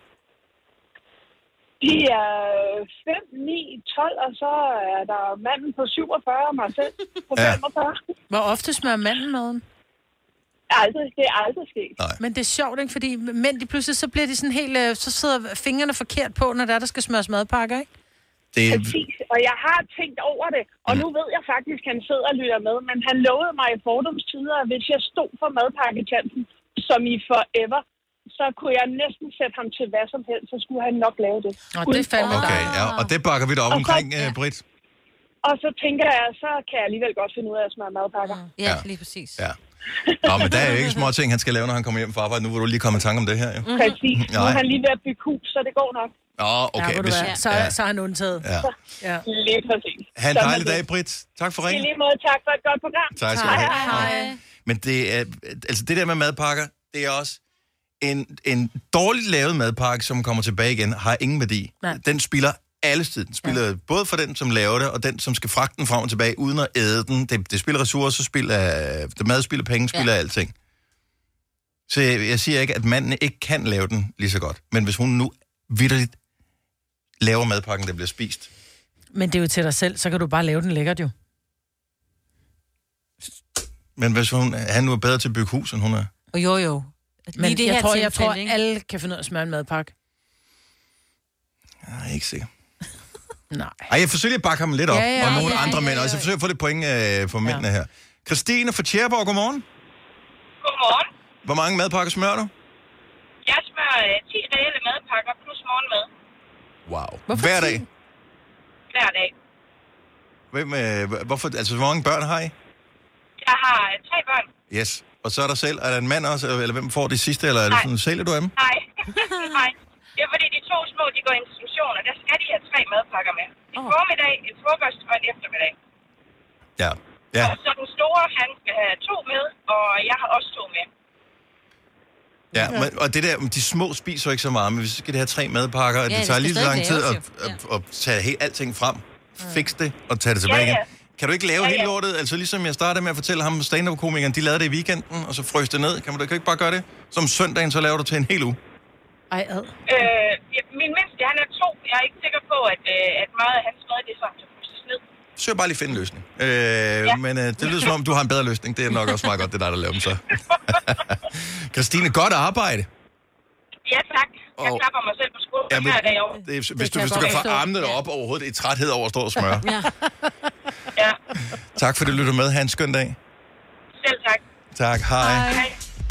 De er fem, ni, tolv, og så er der manden på syvogfyrre og mig selv på Ja. femogfyrre. Hvor ofte smører manden maden? Aldrig, det er aldrig sket. Nej. Men det er sjovt, ikke? Fordi mænd, de pludselig, så bliver de sådan helt... øh, Så sidder fingrene forkert på, når der, er, der skal smøres madpakker, ikke? Det, Præcis, og jeg har tænkt over det, og nu ved jeg faktisk, at han sidder og lytter med, men han lovede mig i fordomstider, at hvis jeg stod for madpakkechanten, som i forever, så kunne jeg næsten sætte ham til hvad som helst, så skulle han nok lave det. Og det er fandme okay, ja, og det bakker vi da op Og så- omkring, øh, Britt. Og så tænker jeg, så kan jeg alligevel godt finde ud af at smøre madpakker. Ja, Ja. lige præcis. Ja. Nå, men der er jo ikke små ting, han skal lave, når han kommer hjem fra arbejde. Nu vil du lige komme i tanke om det her, jo. Mm. Præcis. Nu Nej. er han lige ved at bygge hus, så det går nok. Nå, okay. Ja, hvis, hvis, så, ja, så er han undtaget. ja. Ja. Lige præcis. Ha' en Sådan er dejlig det. dag, Britt. Tak for I ringen. lige måde, tak for et godt program. Tak skal du have. Hej. Men det er, altså det der med madpakker, det er også en, en dårligt lavet madpakke, som kommer tilbage igen, har ingen værdi. Nej. Den spilder alle steder. Den spiller ja. både for den, som laver det, og den, som skal fragte den frem og tilbage, uden at æde den. Det, det spiller ressourcer, spiller, det mad spiller penge, spiller ja. alting. Så jeg, jeg siger ikke, at manden ikke kan lave den lige så godt. Men hvis hun nu vitterligt laver madpakken, der bliver spist. Men det er jo til dig selv, så kan du bare lave den lækkert jo. Men hvis hun, han nu er bedre til at bygge hus, end hun er. Og jo, jo. Men I det jeg, her tror, jeg tilfælde, tror, ikke? alle kan finde ud af at smøre en madpakke. Jeg er ikke sikker. Nej. Ej, jeg forsøger lige at bakke ham lidt op, Ja, ja, og nogle ja, andre ja, mænd ja, også. Jeg forsøger at få lidt point øh, for mændene Ja. her. Christine fra Tjæreborg, godmorgen. Godmorgen. Hvor mange madpakker smører du? Jeg smører øh, ti reelle madpakker plus morgenmad. Wow. Hvorfor hver dag? Hver dag. Hvem, øh, hvorfor, altså, hvor mange børn har I? Jeg har øh, tre børn. Yes. Og så er der selv, er der en mand også, eller hvem får de sidste, eller er det sådan, sælger du af dem? Nej, nej. Det er fordi, de to små, de går i institution, og der skal de have tre madpakker med. En oh. formiddag, en frokost og en eftermiddag. Ja. Ja. Og så den store, han skal have to med, og jeg har også to med. Ja, men, og det der, de små spiser ikke så meget, men hvis vi skal det have tre madpakker, og ja, det tager lige så lang tid at, at, at, at tage helt alting frem, fix det og tage det tilbage ja, ja. igen. Kan du ikke lave ja, ja. hele lortet? Altså ligesom jeg startede med at fortælle ham, stand-up-komikeren, de lavede det i weekenden, og så frøs det ned. Kan du ikke bare gøre det? Som søndagen, så laver du til en hel uge. Ej, ad. Øh, min mindste, han er to. Jeg er ikke sikker på, at, at meget af hans mad, det er sådan, at frystes ned. Så jeg bare lige finde en løsning. Øh, ja. Men øh, det lyder som om, du har en bedre løsning. Det er nok også meget godt, det er dig, der laver dem så. Christine, godt arbejde. Ja, tak. Jeg oh. klapper mig selv på skulderen ja, hver dag over. Det, hvis, det du, hvis du kan få armene ja. op overhovedet, i træthed over at stå og smøre. ja. ja. Tak for, at du lytter med. Ha' en skøn dag. Selv tak. Tak. Hej. Hej.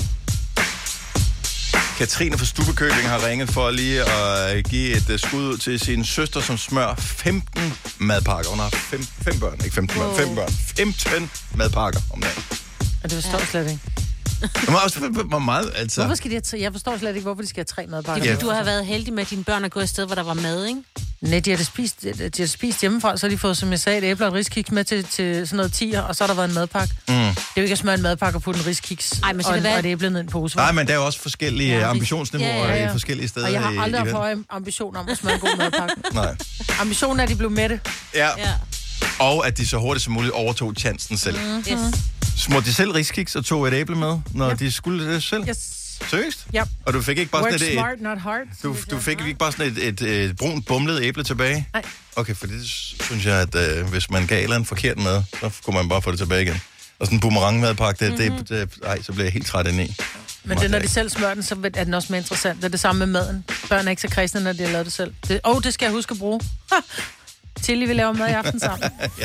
Katrine fra Stubbekøbing har ringet for lige at give et skud ud til sin søster, som smører femten madpakker. Hun har fem, fem børn, ikke femten wow. børn, fem børn. femten madpakker om dagen. Og det forstår jeg slet ikke. Men også, hvor meget, altså... Hvorfor skal de have t- jeg forstår slet ikke, hvorfor de skal have tre madpakker. Ja. Du har været heldig med, at dine børn er gået et sted, hvor der var mad, ikke? Nej, de har det spist, de har spist hjemmefra, så har de fået, som jeg sagde, et æble og et riskiks med til, til sådan noget tier, og så har der været en madpakke. Mm. Det er jo ikke at smøre en madpakke og putte en riskiks Ej, men så og, det være... og et æble ned i en pose. Nej, men der er jo også forskellige ja, ambitionsniveauer ja, ja, ja. i forskellige steder. Og jeg har aldrig i, i haft høje ambitioner om at smøre en god madpakke. Nej. Ambitionen er, at de blev mætte. Ja. ja. Og at de så hurtigt som muligt overtog chancen selv. Mm-hmm. Yes. Smurte de selv riskiks og tog et æble med, når ja. de skulle det selv? Yes. Seriøst? Ja. Og du fik ikke bare Work sådan et... smart, not hard. Du, du fik ikke bare sådan et, et, et, et brunt bumlet æble tilbage? Nej. Okay, for det synes jeg, at øh, hvis man gav eller en forkert mad, så kunne man bare få det tilbage igen. Og sådan en boomerang-madpakke, det, mm-hmm. det, det, ej, så bliver jeg helt træt indeni. Men det, når de selv smører den, så er den også mere interessant. Det er det samme med maden. Børn er ikke så kristne, når de har lavet det selv. Åh, det, oh, det skal jeg huske at bruge. Til vi laver mad i aften sammen. ja.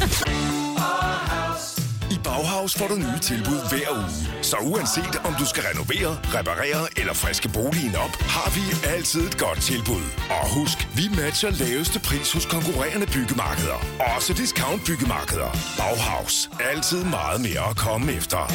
I Bauhaus får du nye tilbud hver uge. Så uanset om du skal renovere, reparere eller friske boligen op, har vi altid et godt tilbud. Og husk, vi matcher laveste pris hos konkurrerende byggemarkeder. Også discount byggemarkeder. Bauhaus. Altid meget mere at komme efter.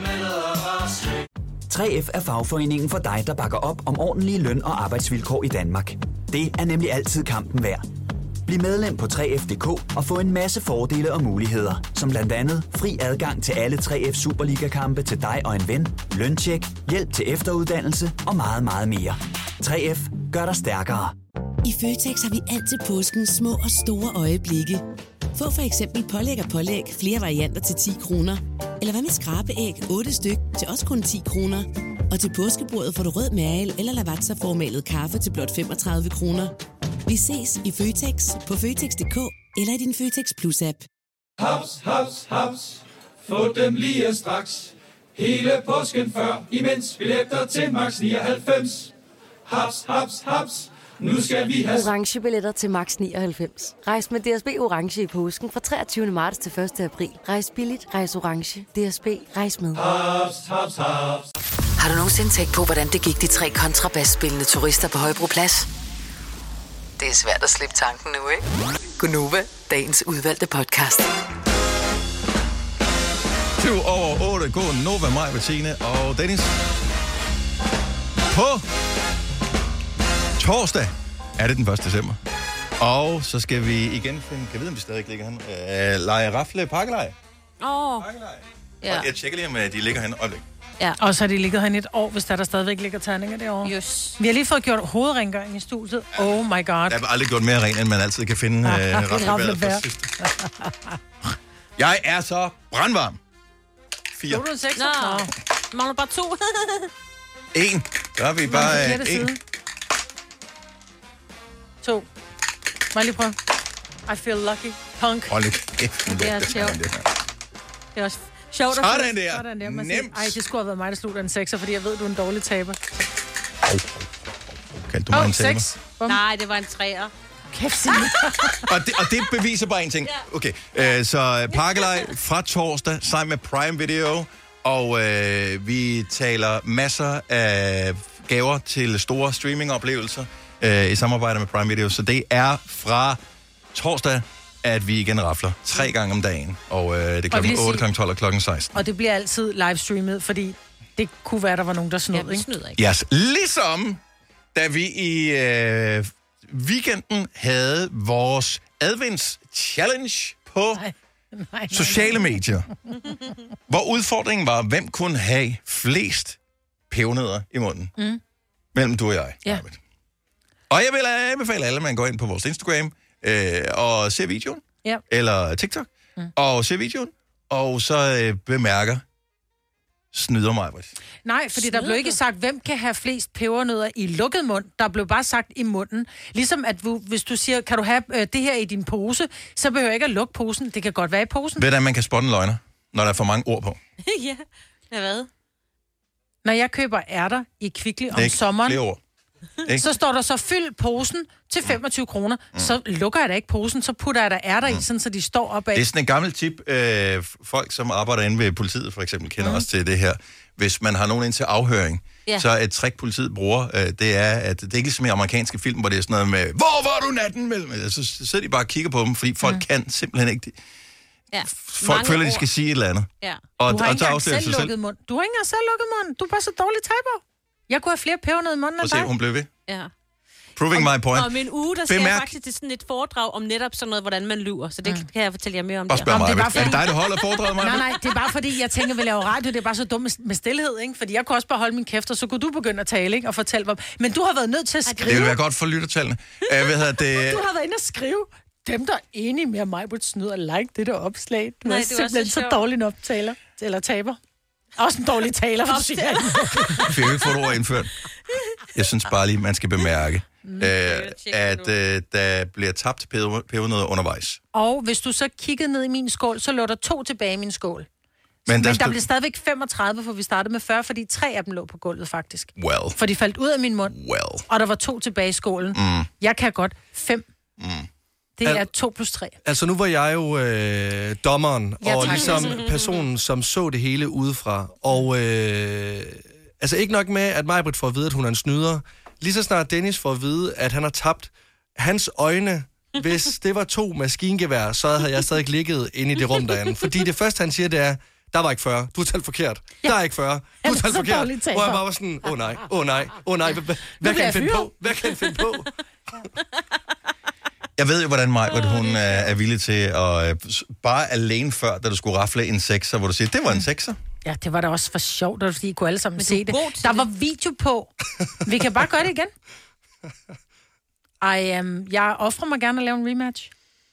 tre F er fagforeningen for dig, der bakker op om ordentlige løn- og arbejdsvilkår i Danmark. Det er nemlig altid kampen værd. Bliv medlem på tre F punktum d k og få en masse fordele og muligheder, som blandt andet fri adgang til alle tre F Superliga-kampe til dig og en ven, løntjek, hjælp til efteruddannelse og meget, meget mere. tre F gør dig stærkere. I Føtex har vi altid påskens små og store øjeblikke. Få for eksempel pålæg og pålæg flere varianter til ti kroner. Eller hvad med skrabeæg otte styk til også kun ti kroner. Og til påskebordet får du rød mal eller lavatserformalet kaffe til blot femogtredive kroner. Vi ses i Føtex på Føtex punktum d k eller i din Føtex Plus-app. Haps, haps, haps. Få dem lige straks. Hele påsken før, imens billetter til max nioghalvfems. Haps, haps, haps. Nu skal vi have... Orange billetter til max nioghalvfems. Rejs med D S B Orange i påsken fra treogtyvende marts til første april. Rejs billigt, rejs orange. D S B, rejs med. Haps, haps, haps. Har du nogensinde tænkt på, hvordan det gik de tre kontrabasspillende turister på Højbroplads? Det er svært at slippe tanken nu, ikke? Gunova, dagens udvalgte podcast. syv over otte. God Nova, mig, Bettine og Dennis. På torsdag er det den første december. Og så skal vi igen finde... Kan jeg vide, om vi stadig ligger hen? Øh, lege rafle pakkeleje. Åh. Oh. Ja. Jeg tjekker lige, om de ligger hen. Øjeblik. Ja. Og så har de ligget herinde et år, hvis der, der stadigvæk ligger terninger derovre. Yes. Vi har lige fået gjort hovedrengøring i studiet. Oh my god. Jeg har aldrig gjort mere ren, end man altid kan finde øh, raflebæret. Jeg er så brandvarm. Fire. To du en seks? Nå. Mangler bare to. En. Så har vi bare øh, en. To. Må jeg lige prøve? I feel lucky. Punk. Hold lidt kæft. Det er sjovt. Det er også sjovt. Sådan der. Sådan der. Nemt. Ej, det skulle have været mig, der slutter en sekser, fordi jeg ved, du er en dårlig taber. Åh, oh, oh. Kaldte du mig oh, en taber? seks. Nej, det var en træer. Kæft, Signe. og, det, og det beviser bare en ting. Okay, øh, så pakkelej fra torsdag sammen med Prime Video. Og øh, vi taler masser af gaver til store streamingoplevelser øh, i samarbejde med Prime Video. Så det er fra torsdag, at vi igen rafler tre gange om dagen. Og øh, det er klokken otte, klokken tolv og klokken seksten. Og det bliver altid livestreamet, fordi det kunne være, der var nogen, der snød, ja, ikke? Snyder ikke. Yes, ligesom da vi i øh, weekenden havde vores advents-challenge på nej, nej, nej, sociale medier. Hvor udfordringen var, hvem kunne have flest pebernødder i munden. Mm. Mellem du og jeg. Ja. Og jeg vil anbefale alle, at man går ind på vores Instagram øh, og ser videoen. Ja. Eller TikTok. Mm. Og ser videoen. Og så øh, bemærker, snyder mig. Nej, fordi der blev ikke sagt, hvem kan have flest pebernødder i lukket mund. Der blev bare sagt i munden. Ligesom at du, hvis du siger, kan du have øh, det her i din pose, så behøver jeg ikke at lukke posen. Det kan godt være i posen. Ved du, at man kan spotte en løgner, når der er for mange ord på? Ja, ja hvad? Når jeg køber ærter i Kvickly om ikke sommeren, flere ord. så står der så, fyld posen til femogtyve kroner. Mm. Så lukker jeg da ikke posen, så putter jeg der ærter mm. i, sådan, så de står opad. Det er sådan en gammel tip. Øh, folk, som arbejder inde ved politiet, for eksempel, kender mm. også til det her. Hvis man har nogen ind til afhøring, yeah. så et trick, politiet bruger, øh, det er, at det er ikke ligesom i amerikanske film, hvor det er sådan noget med, hvor var du natten mellem? Så sidder de bare og kigger på dem, fordi folk mm. kan simpelthen ikke... Ja. Folk Mange føler, ord. De skal sige et eller andet. Ja. Og, du har og, ikke engang selv lukket selv. mund. Du har ikke engang selv lukket mund. Du er bare så dårlig taber. Jeg kunne have flere pebernødder i munden end dig. Og se, hun blev ved. Ja. Proving om, my point. Om en uge, der skal Bemærk. jeg faktisk til sådan et foredrag om netop sådan noget, hvordan man lyver. Så det mm. kan jeg fortælle jer mere om. Og spørg mig, det er, fordi... er det dig, der holder foredraget, Maja? Nej, nej, det er bare fordi, jeg tænker, vi laver radio, det er bare så dumt med stillhed, ikke? Fordi jeg kunne også bare holde min kæft, og så kunne du begynde at tale, ikke? Og fortælle mig. Men du har været nødt til at skrive... Det ville være godt for lyttertallene. Jeg ved, at det... Du har været inde og skrive... Dem, der er enige med mig, burde snyde og like det der opslag. Du Nej, er det simpelthen så, så dårlig en optaler. Eller taber. Også en dårlig taler, for du siger. Jeg fik jo ikke fået ord indført. Jeg synes bare lige, man skal bemærke, mm, øh, at øh, der bliver tabt pebernødder undervejs. Og hvis du så kiggede ned i min skål, så lå der to tilbage i min skål. Men der, Men der stod... blev stadigvæk femogtredive, for vi startede med fyrre, fordi tre af dem lå på gulvet, faktisk. Well. For de faldt ud af min mund. Well. Og der var to tilbage i skålen. Mm. Jeg kan godt fem. Mm. Det er to plus tre. Altså, nu var jeg jo øh, dommeren, ja, og ligesom personen, som så det hele udefra. Og øh, altså ikke nok med, at Majbrit får at vide, at hun er en snyder. Lige så snart Dennis får at vide, at han har tabt hans øjne. Hvis det var to maskingevær, så havde jeg stadig ligget inde i det rum derinde. Fordi det første, han siger, det er, der var ikke fyrre. Du har talt forkert. Der er ikke fyrre. Du har talt forkert. Og jeg bare var sådan, åh oh, nej, åh oh, nej, åh oh, nej. Hvad, hvad kan han finde på? Hvad kan han finde på? Jeg ved jo, hvordan Majbrit, hun er, er villig til at øh, bare alene før, da du skulle rafle en sekser, hvor du siger, det var en sekser. Ja, det var da også for sjovt, fordi I kunne alle sammen se det. Der var video på. Vi kan bare gøre det igen. Ej, um, jeg offrer mig gerne at lave en rematch.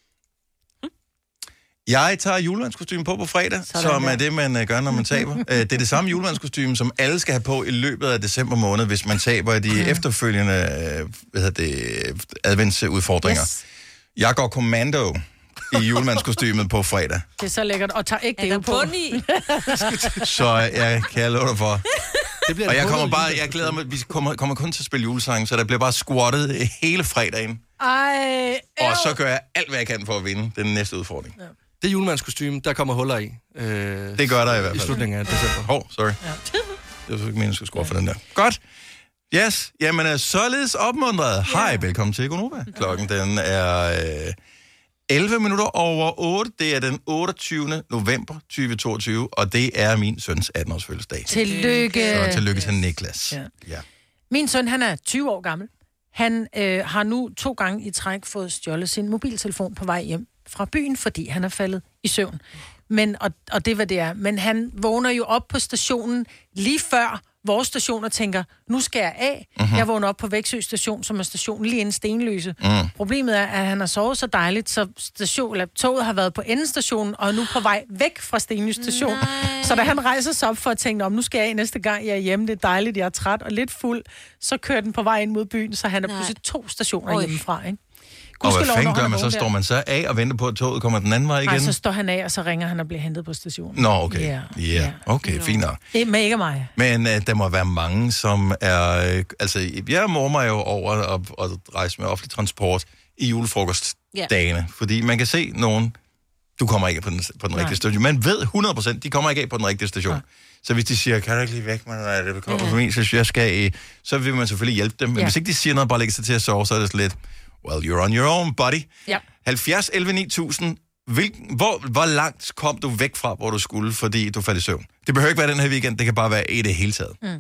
Jeg tager julemandskostyme på på fredag, Sådan som der. er det, man gør, når man taber. Det er det samme julemandskostyme, som alle skal have på i løbet af december måned, hvis man taber de mm. efterfølgende hvad hedder det, adventsudfordringer. Yes. Jeg går kommando i julemandskostymet på fredag. Det er så lækkert, og tager ikke det på. Så jeg kan jeg love dig for. Det og jeg kommer bare, jeg glæder mig, vi kommer, kommer kun til at spille julesange, så der bliver bare squattet hele fredagen. Ej, og så gør jeg alt, hvad jeg kan for at vinde den næste udfordring. Ja. Det julemandskostyme, der kommer huller i. Øh, det gør der i hvert fald. I slutningen af december. Hov, oh, sorry. Ja. Det var så ikke meningen, at skulle score for den der. Godt. Yes, jamen således opmuntret. Yeah. Hej, velkommen til Gonova. Klokken den er øh, elleve minutter over otte. Det er den otteogtyvende november tyve toogtyve, og det er min søns atten-års fødselsdag. Tillykke. Så tillykke til Niklas. Ja. Ja. Min søn, han er tyve år gammel. Han øh, har nu to gange i træk fået stjålet sin mobiltelefon på vej hjem fra byen, fordi han er faldet i søvn. Men, og, og det var det er. Men han vågner jo op på stationen lige før vores station og tænker, nu skal jeg af. Mm-hmm. Jeg vågner op på Væksø station, som er stationen lige inden Stenløse. Mm. Problemet er, at han har sovet så dejligt, så station, eller toget har været på endestationen, og er nu på vej væk fra Stenløse station. Nej. Så da han rejser sig op for at tænke, om nu skal jeg af næste gang, jeg er hjemme, det er dejligt, jeg er træt og lidt fuld, så kører den på vej ind mod byen, så han er pludselig to stationer Oj. hjemmefra, ikke? Og hvad fanden gør man så? Står man så af og venter på, at toget kommer den anden vej igen? Nej, så står han af, og så ringer han og bliver hentet på stationen. Nå, okay. Ja, yeah. yeah. okay, fint nok. Det er ikke mig. Men uh, der må være mange, som er... Uh, altså, jeg mormer jo over at, at rejse med offentlig transport i julefrokostdagene. Yeah. Fordi man kan se nogen du kommer ikke på den, på den rigtige station. Man ved hundrede procent, de kommer ikke af på den rigtige station. Nej. Så hvis de siger, kan du ikke lige væk, man, det kommer for mig, så jeg skal, så vil man selvfølgelig hjælpe dem. Men ja. hvis ikke de siger noget, bare lægger sig til at sove, så er det sådan lidt, well, you're on your own, buddy. Ja. halvfjerds elleve ni tusind, Hvil, hvor, hvor langt kom du væk fra, hvor du skulle, fordi du faldt i søvn? Det behøver ikke være den her weekend, det kan bare være i det hele taget. Mm.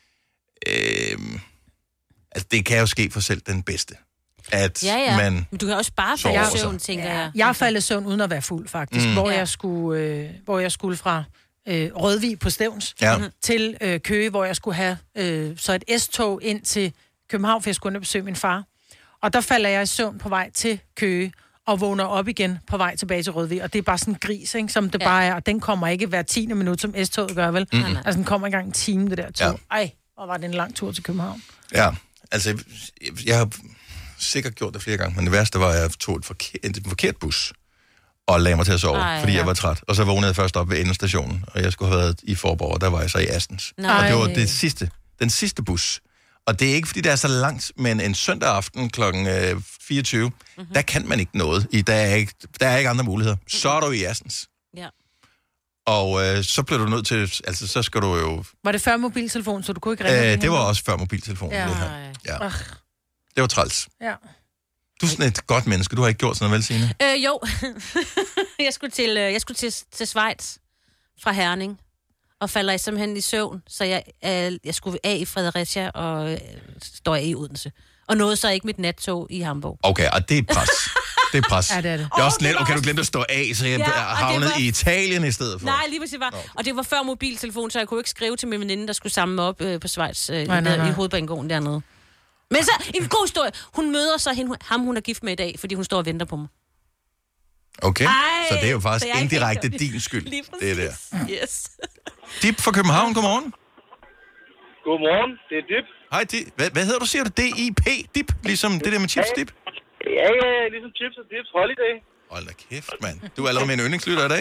Øhm, altså, det kan jo ske for selv den bedste. At ja, ja. man Men du kan også bare falde i søvn, tænker jeg. Jeg faldt i søvn uden at være fuld, faktisk. Mm. Hvor, ja. jeg skulle, øh, hvor jeg skulle fra øh, Rødvig på Stevns ja. til øh, Køge, hvor jeg skulle have øh, så et S-tog ind til København, for jeg skulle besøge min far. Og der falder jeg i søvn på vej til Køge, og vågner op igen på vej tilbage til Rødvig. Og det er bare sådan en gris, ikke, som det ja. bare er. Og den kommer ikke hver tiende minut, som S-toget gør, vel? Mm-hmm. Altså, den kommer engang en time, det der tog. Ja. Ej, og var det en lang tur til København. Ja, altså, jeg, jeg har sikkert gjort det flere gange, men det værste var, at jeg tog et forkert, en forkert bus og lagde mig til at sove, Ej, fordi ja. jeg var træt. Og så vågnede jeg først op ved endestationen, og jeg skulle have været i Forborg, og der var jeg så i Astens. Nej. Og det var det sidste, den sidste bus. Og det er ikke, fordi det er så langt, men en søndag aften klokken fireogtyve, mm-hmm. der kan man ikke noget. I, der, er ikke, der er ikke andre muligheder. Så er du i Astens. Ja. Og øh, så bliver du nødt til, altså så skal du jo... Var det før mobiltelefon, så du kunne ikke ringe? Øh, det var også før mobiltelefonen, ja. det her. Ja. Uh. Det var træls. Ja. Du er sådan et godt menneske. Du har ikke gjort sådan noget, vel, Signe? Øh, jo. jeg skulle til, jeg skulle til, til Schweiz fra Herning. Og falder jeg simpelthen i søvn, så jeg, øh, jeg skulle af i Fredericia, og øh, står jeg i Odense. Og nåede så ikke mit nattog i Hamburg. Okay, og det er pres. Det er pres. Ja, det er det. Det er også let, okay, du glemte at stå af, så jeg ja, havnede var... i Italien i stedet for. Nej, lige præcis var. Okay. Og det var før mobiltelefon, så jeg kunne ikke skrive til min veninde, der skulle samle mig op øh, på Schweiz, øh, nej, nej, nej. i hovedbanegården dernede. Men så, en god historie. Hun møder så hende, ham, hun er gift med i dag, fordi hun står og venter på mig. Okay, Ej, så det er jo faktisk indirekte din skyld, det er der. Yes. Dip fra København, godmorgen. Godmorgen, det er Dip. Hej, Dip. Hvad, hvad hedder du, siger du? D I P? Dip? Ligesom det der med chips, Dip? Ja, ja, ja, ligesom chips og Dips Holiday. Hold da kæft, mand. Du er allerede med en yndlingslytter i dag.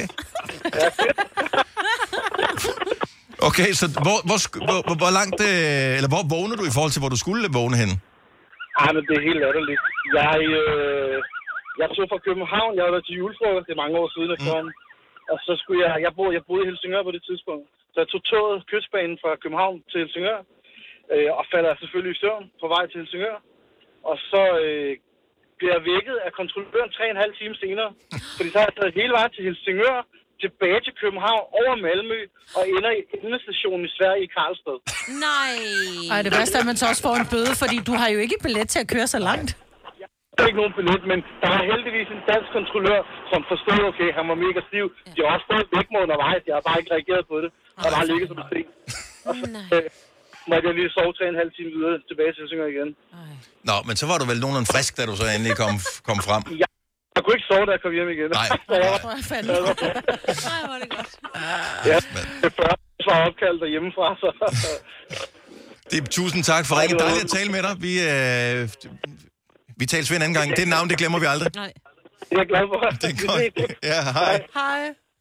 Okay, så hvor, hvor, hvor, hvor langt, eller hvor vågner du i forhold til, hvor du skulle vågne henne? Ej, men det er helt latterligt. Jeg, øh, jeg tog fra København, jeg var til julefrokost, det er mange år siden efterhånden. Mm. Og så skulle jeg, jeg boede, jeg boede i Helsingør på det tidspunkt. Så jeg tog toget kystbanen fra København til Helsingør, øh, og falder selvfølgelig i søvn på vej til Helsingør. Og så øh, bliver jeg vækket af kontrolløren tre og en halv time senere. Fordi så har jeg taget hele vejen til Helsingør, tilbage til København, over Malmø, og ender i endestationen i Sverige i Karlsted. Nej. Ej, det værste er, at man så også får en bøde, fordi du har jo ikke billet til at køre så langt. Der er ikke nogen billet, men der er heldigvis en dansk kontrollør, som forstod, okay, han var mega stiv. De har også stået væk mod undervejs, jeg har bare ikke reageret på det. Og bare ligget som et sten. Og så øh, måtte jeg lige sove tre og en halv time videre tilbage til Helsingør igen. Nå, men så var du vel nogenlunde frisk, da du så endelig kom, kom frem? Ja, jeg kunne ikke sove, da jeg kom hjem igen. Nej. Nej, jeg tror jeg fandt det. Nej, hvor er det godt. Ja, det er før, jeg var opkaldt derhjemmefra, så... Det, tusind tak for ringen. Dejligt at tale med dig. Vi, øh, vi tales ved en anden gang. Det navn, det glemmer vi aldrig. Nej. Jeg er glad for. Det er godt. Ja, hej. Hej.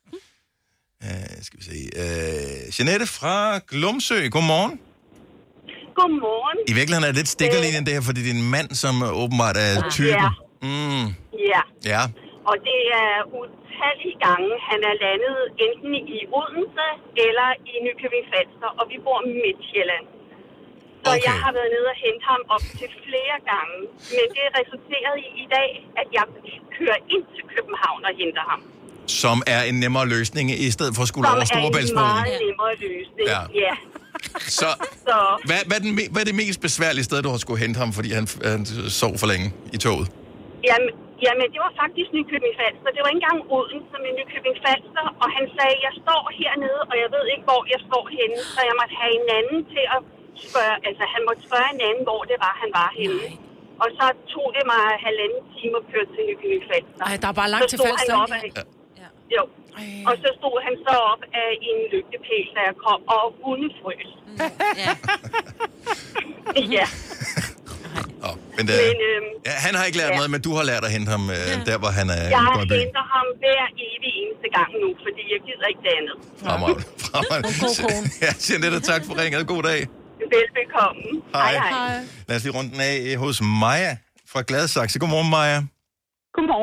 Uh, skal vi se. Uh, Jeanette fra Glumsø. Godmorgen. Godmorgen. I virkeligheden er det lidt stikkerlinjen det her, fordi det er en mand, som åbenbart er typen. Ja. Mm. Ja. Ja. Og det er utallige gange, han er landet enten i Odense eller i Nykøbing Falster, og vi bor midt i Midtjylland. Så okay. Jeg har været nede og hente ham op til flere gange, men det resulterede i i dag, at jeg kører ind til København og henter ham. Som er en nemmere løsning, i stedet for at skulle over Storebæltsbroen. Som er en meget nemmere løsning, ja. ja. Så, Så. Hvad, hvad, er den, hvad er det mest besværlige sted, du har skulle hente ham, fordi han, han sov for længe i toget? Jamen, jamen, det var faktisk Nykøbing Falster. Det var ikke engang Odense, men Nykøbing Falster. Og han sagde, jeg står hernede, og jeg ved ikke, hvor jeg står henne. Så jeg måtte have en anden til at spørge, altså han måtte spørge en anden, hvor det var, han var henne. Og så tog det mig halvanden time at køre til Nykøbing Falster. Ej, der er bare langt til Falster. Ja. Jo. Ej. Og så stod han så op af en lygtepæl, da jeg kom, og hundefrøs. Mm. Ja. ja. Oh, men, det, men øhm, ja, han har ikke lært ja. noget, men du har lært at hente ham øh, ja. der, hvor han er. Jeg henter ham hver evig eneste gang nu, fordi jeg gider ikke det andet. Fremad. Fremad. Ja, Jeanette, tak for ringet. God dag. Velbekomme. Hej. Hej, hej. Lad os lige rundt den af hos Maja fra Gladsaxe. Godmorgen, Maja. Godmorgen.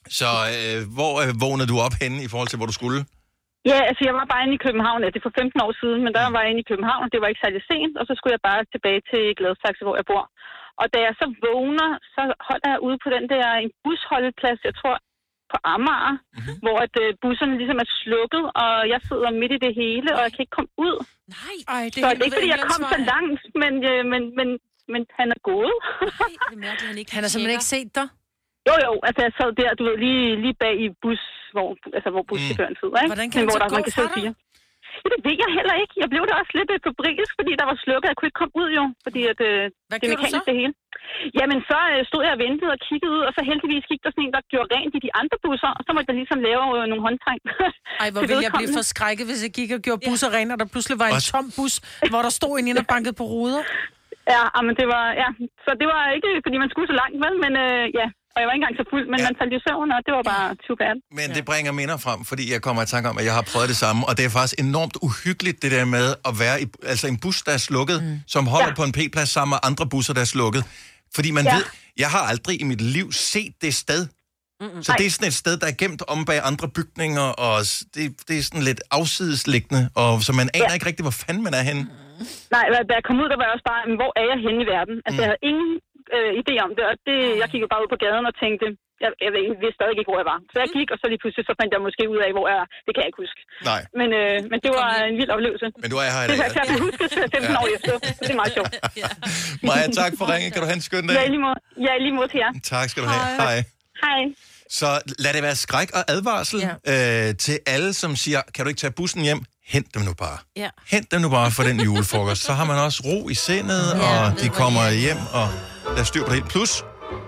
Så øh, hvor øh, vågnede du op henne i forhold til, hvor du skulle? Ja, altså jeg var bare inde i København, ja, det er for femten år siden, men der var jeg inde i København, det var ikke særlig sent, og så skulle jeg bare tilbage til Gladsaxe, hvor jeg bor. Og da jeg så vågner, så holder jeg ude på den der en busholdeplads, jeg tror på Amager, mm-hmm. hvor at, uh, busserne ligesom er slukket, og jeg sidder midt i det hele, og jeg kan ikke komme ud. Nej, Ej, det så er det er ikke, fordi jeg kom så langt, men, øh, men, men, men han er gået. Nej, det er mærkeligt, han ikke Han har simpelthen ikke set dig? Jo, jo, altså jeg sad der, du ved, lige, lige bag i bus, hvor, altså, hvor buschaufføren sidder, ikke? Hvordan kan men, han hvor så der, gå man kan fra sidde fire. Ja, det ved jeg heller ikke. Jeg blev da også lidt febrilsk, fordi der var slukket. Jeg kunne ikke komme ud jo, fordi at, øh, Hvad det mekaniske det hele. Jamen, så øh, stod jeg og ventede og kiggede ud, og så heldigvis gik der sådan en, der gjorde rent i de andre busser, og så måtte jeg ligesom lave øh, nogle håndtegn. Ej, hvor ville jeg blive forskrækket, hvis jeg gik og gjorde busser rent, og der pludselig var en tom bus, hvor der stod en ind og bankede på ruder. Ja, men det var, ja. Så det var ikke, fordi man skulle så langt, vel, men øh, ja. Og jeg var ikke engang så fuld, men ja. Man faldt i søvn, og det var bare too bad. Men det bringer minder frem, fordi jeg kommer i tanke om, at jeg har prøvet det samme, og det er faktisk enormt uhyggeligt, det der med at være i altså en bus, der er slukket, mm. som holder ja. På en P-plads sammen med andre busser, der er slukket. Fordi man ja. Ved, jeg har aldrig i mit liv set det sted. Mm-mm. Så Ej. Det er sådan et sted, der er gemt om bag andre bygninger, og det, det er sådan lidt afsidesliggende, og så man aner ja. Ikke rigtigt, hvor fanden man er henne. Nej, da jeg kom ud, der var jeg også bare, hvor er jeg henne i verden? Altså, mm. jeg havde ingen øh, idé om det, og det, jeg gik jo bare ud på gaden og tænkte, jeg, jeg, jeg vidste stadig ikke, hvor jeg var. Så jeg gik, og så lige pludselig, så fandt jeg måske ud af, hvor jeg er. Det kan jeg ikke huske. Nej. Men, øh, men det var en vild oplevelse. Men du er her i dag. Det har jeg til at huske femten ja. År efter, så det er meget sjovt. Maja, tak for ringen. Kan du have en skøn dag? Ja, lige måde, ja, lige måde til jer. Tak skal du have. Hej. Hej. Så lad det være skræk og advarsel ja. øh, til alle, som siger, kan du ikke tage bussen hjem? Hent dem nu bare. Ja. Hent dem nu bare for den julefrokost. Så har man også ro i sindet, ja, og de kommer hjem, og der er styr på det helt. Plus,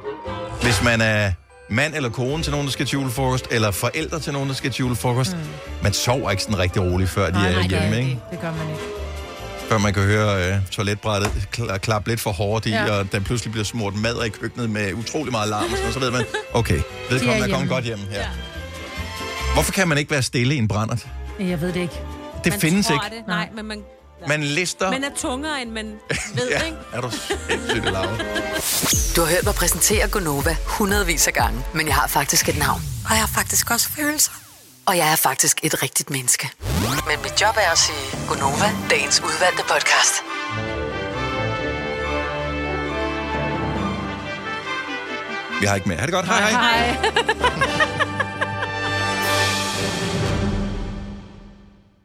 hvis man er mand eller kone til nogen, der skal til julefrokost, eller forældre til nogen, der skal til julefrokost, mm. man sover ikke sådan rigtig roligt, før nej, de er nej, hjemme, det, ikke? Det gør man ikke. Før man kan høre øh, toiletbrættet kl- klappe lidt for hårdt i, ja. og der pludselig bliver smurt mad i køkkenet med utrolig meget larm, og sådan, så ved man, okay, vedkommende er, er kommet godt hjem her. Ja. Hvorfor kan man ikke være stille i en brændert? Jeg ved det ikke. Det man findes tror ikke. Det. Nej, men man... Man lister... Man er tungere, end man ved, ja, ikke? er du sindssygt lavet. Du har hørt mig præsentere Gonova hundredvis af gange, men jeg har faktisk et navn. Og jeg har faktisk også følelser. Og jeg er faktisk et rigtigt menneske. Men mit job er at sige Gonova, dagens udvalgte podcast. Vi har ikke mere. Ha' det godt. Hej, hej. Hej.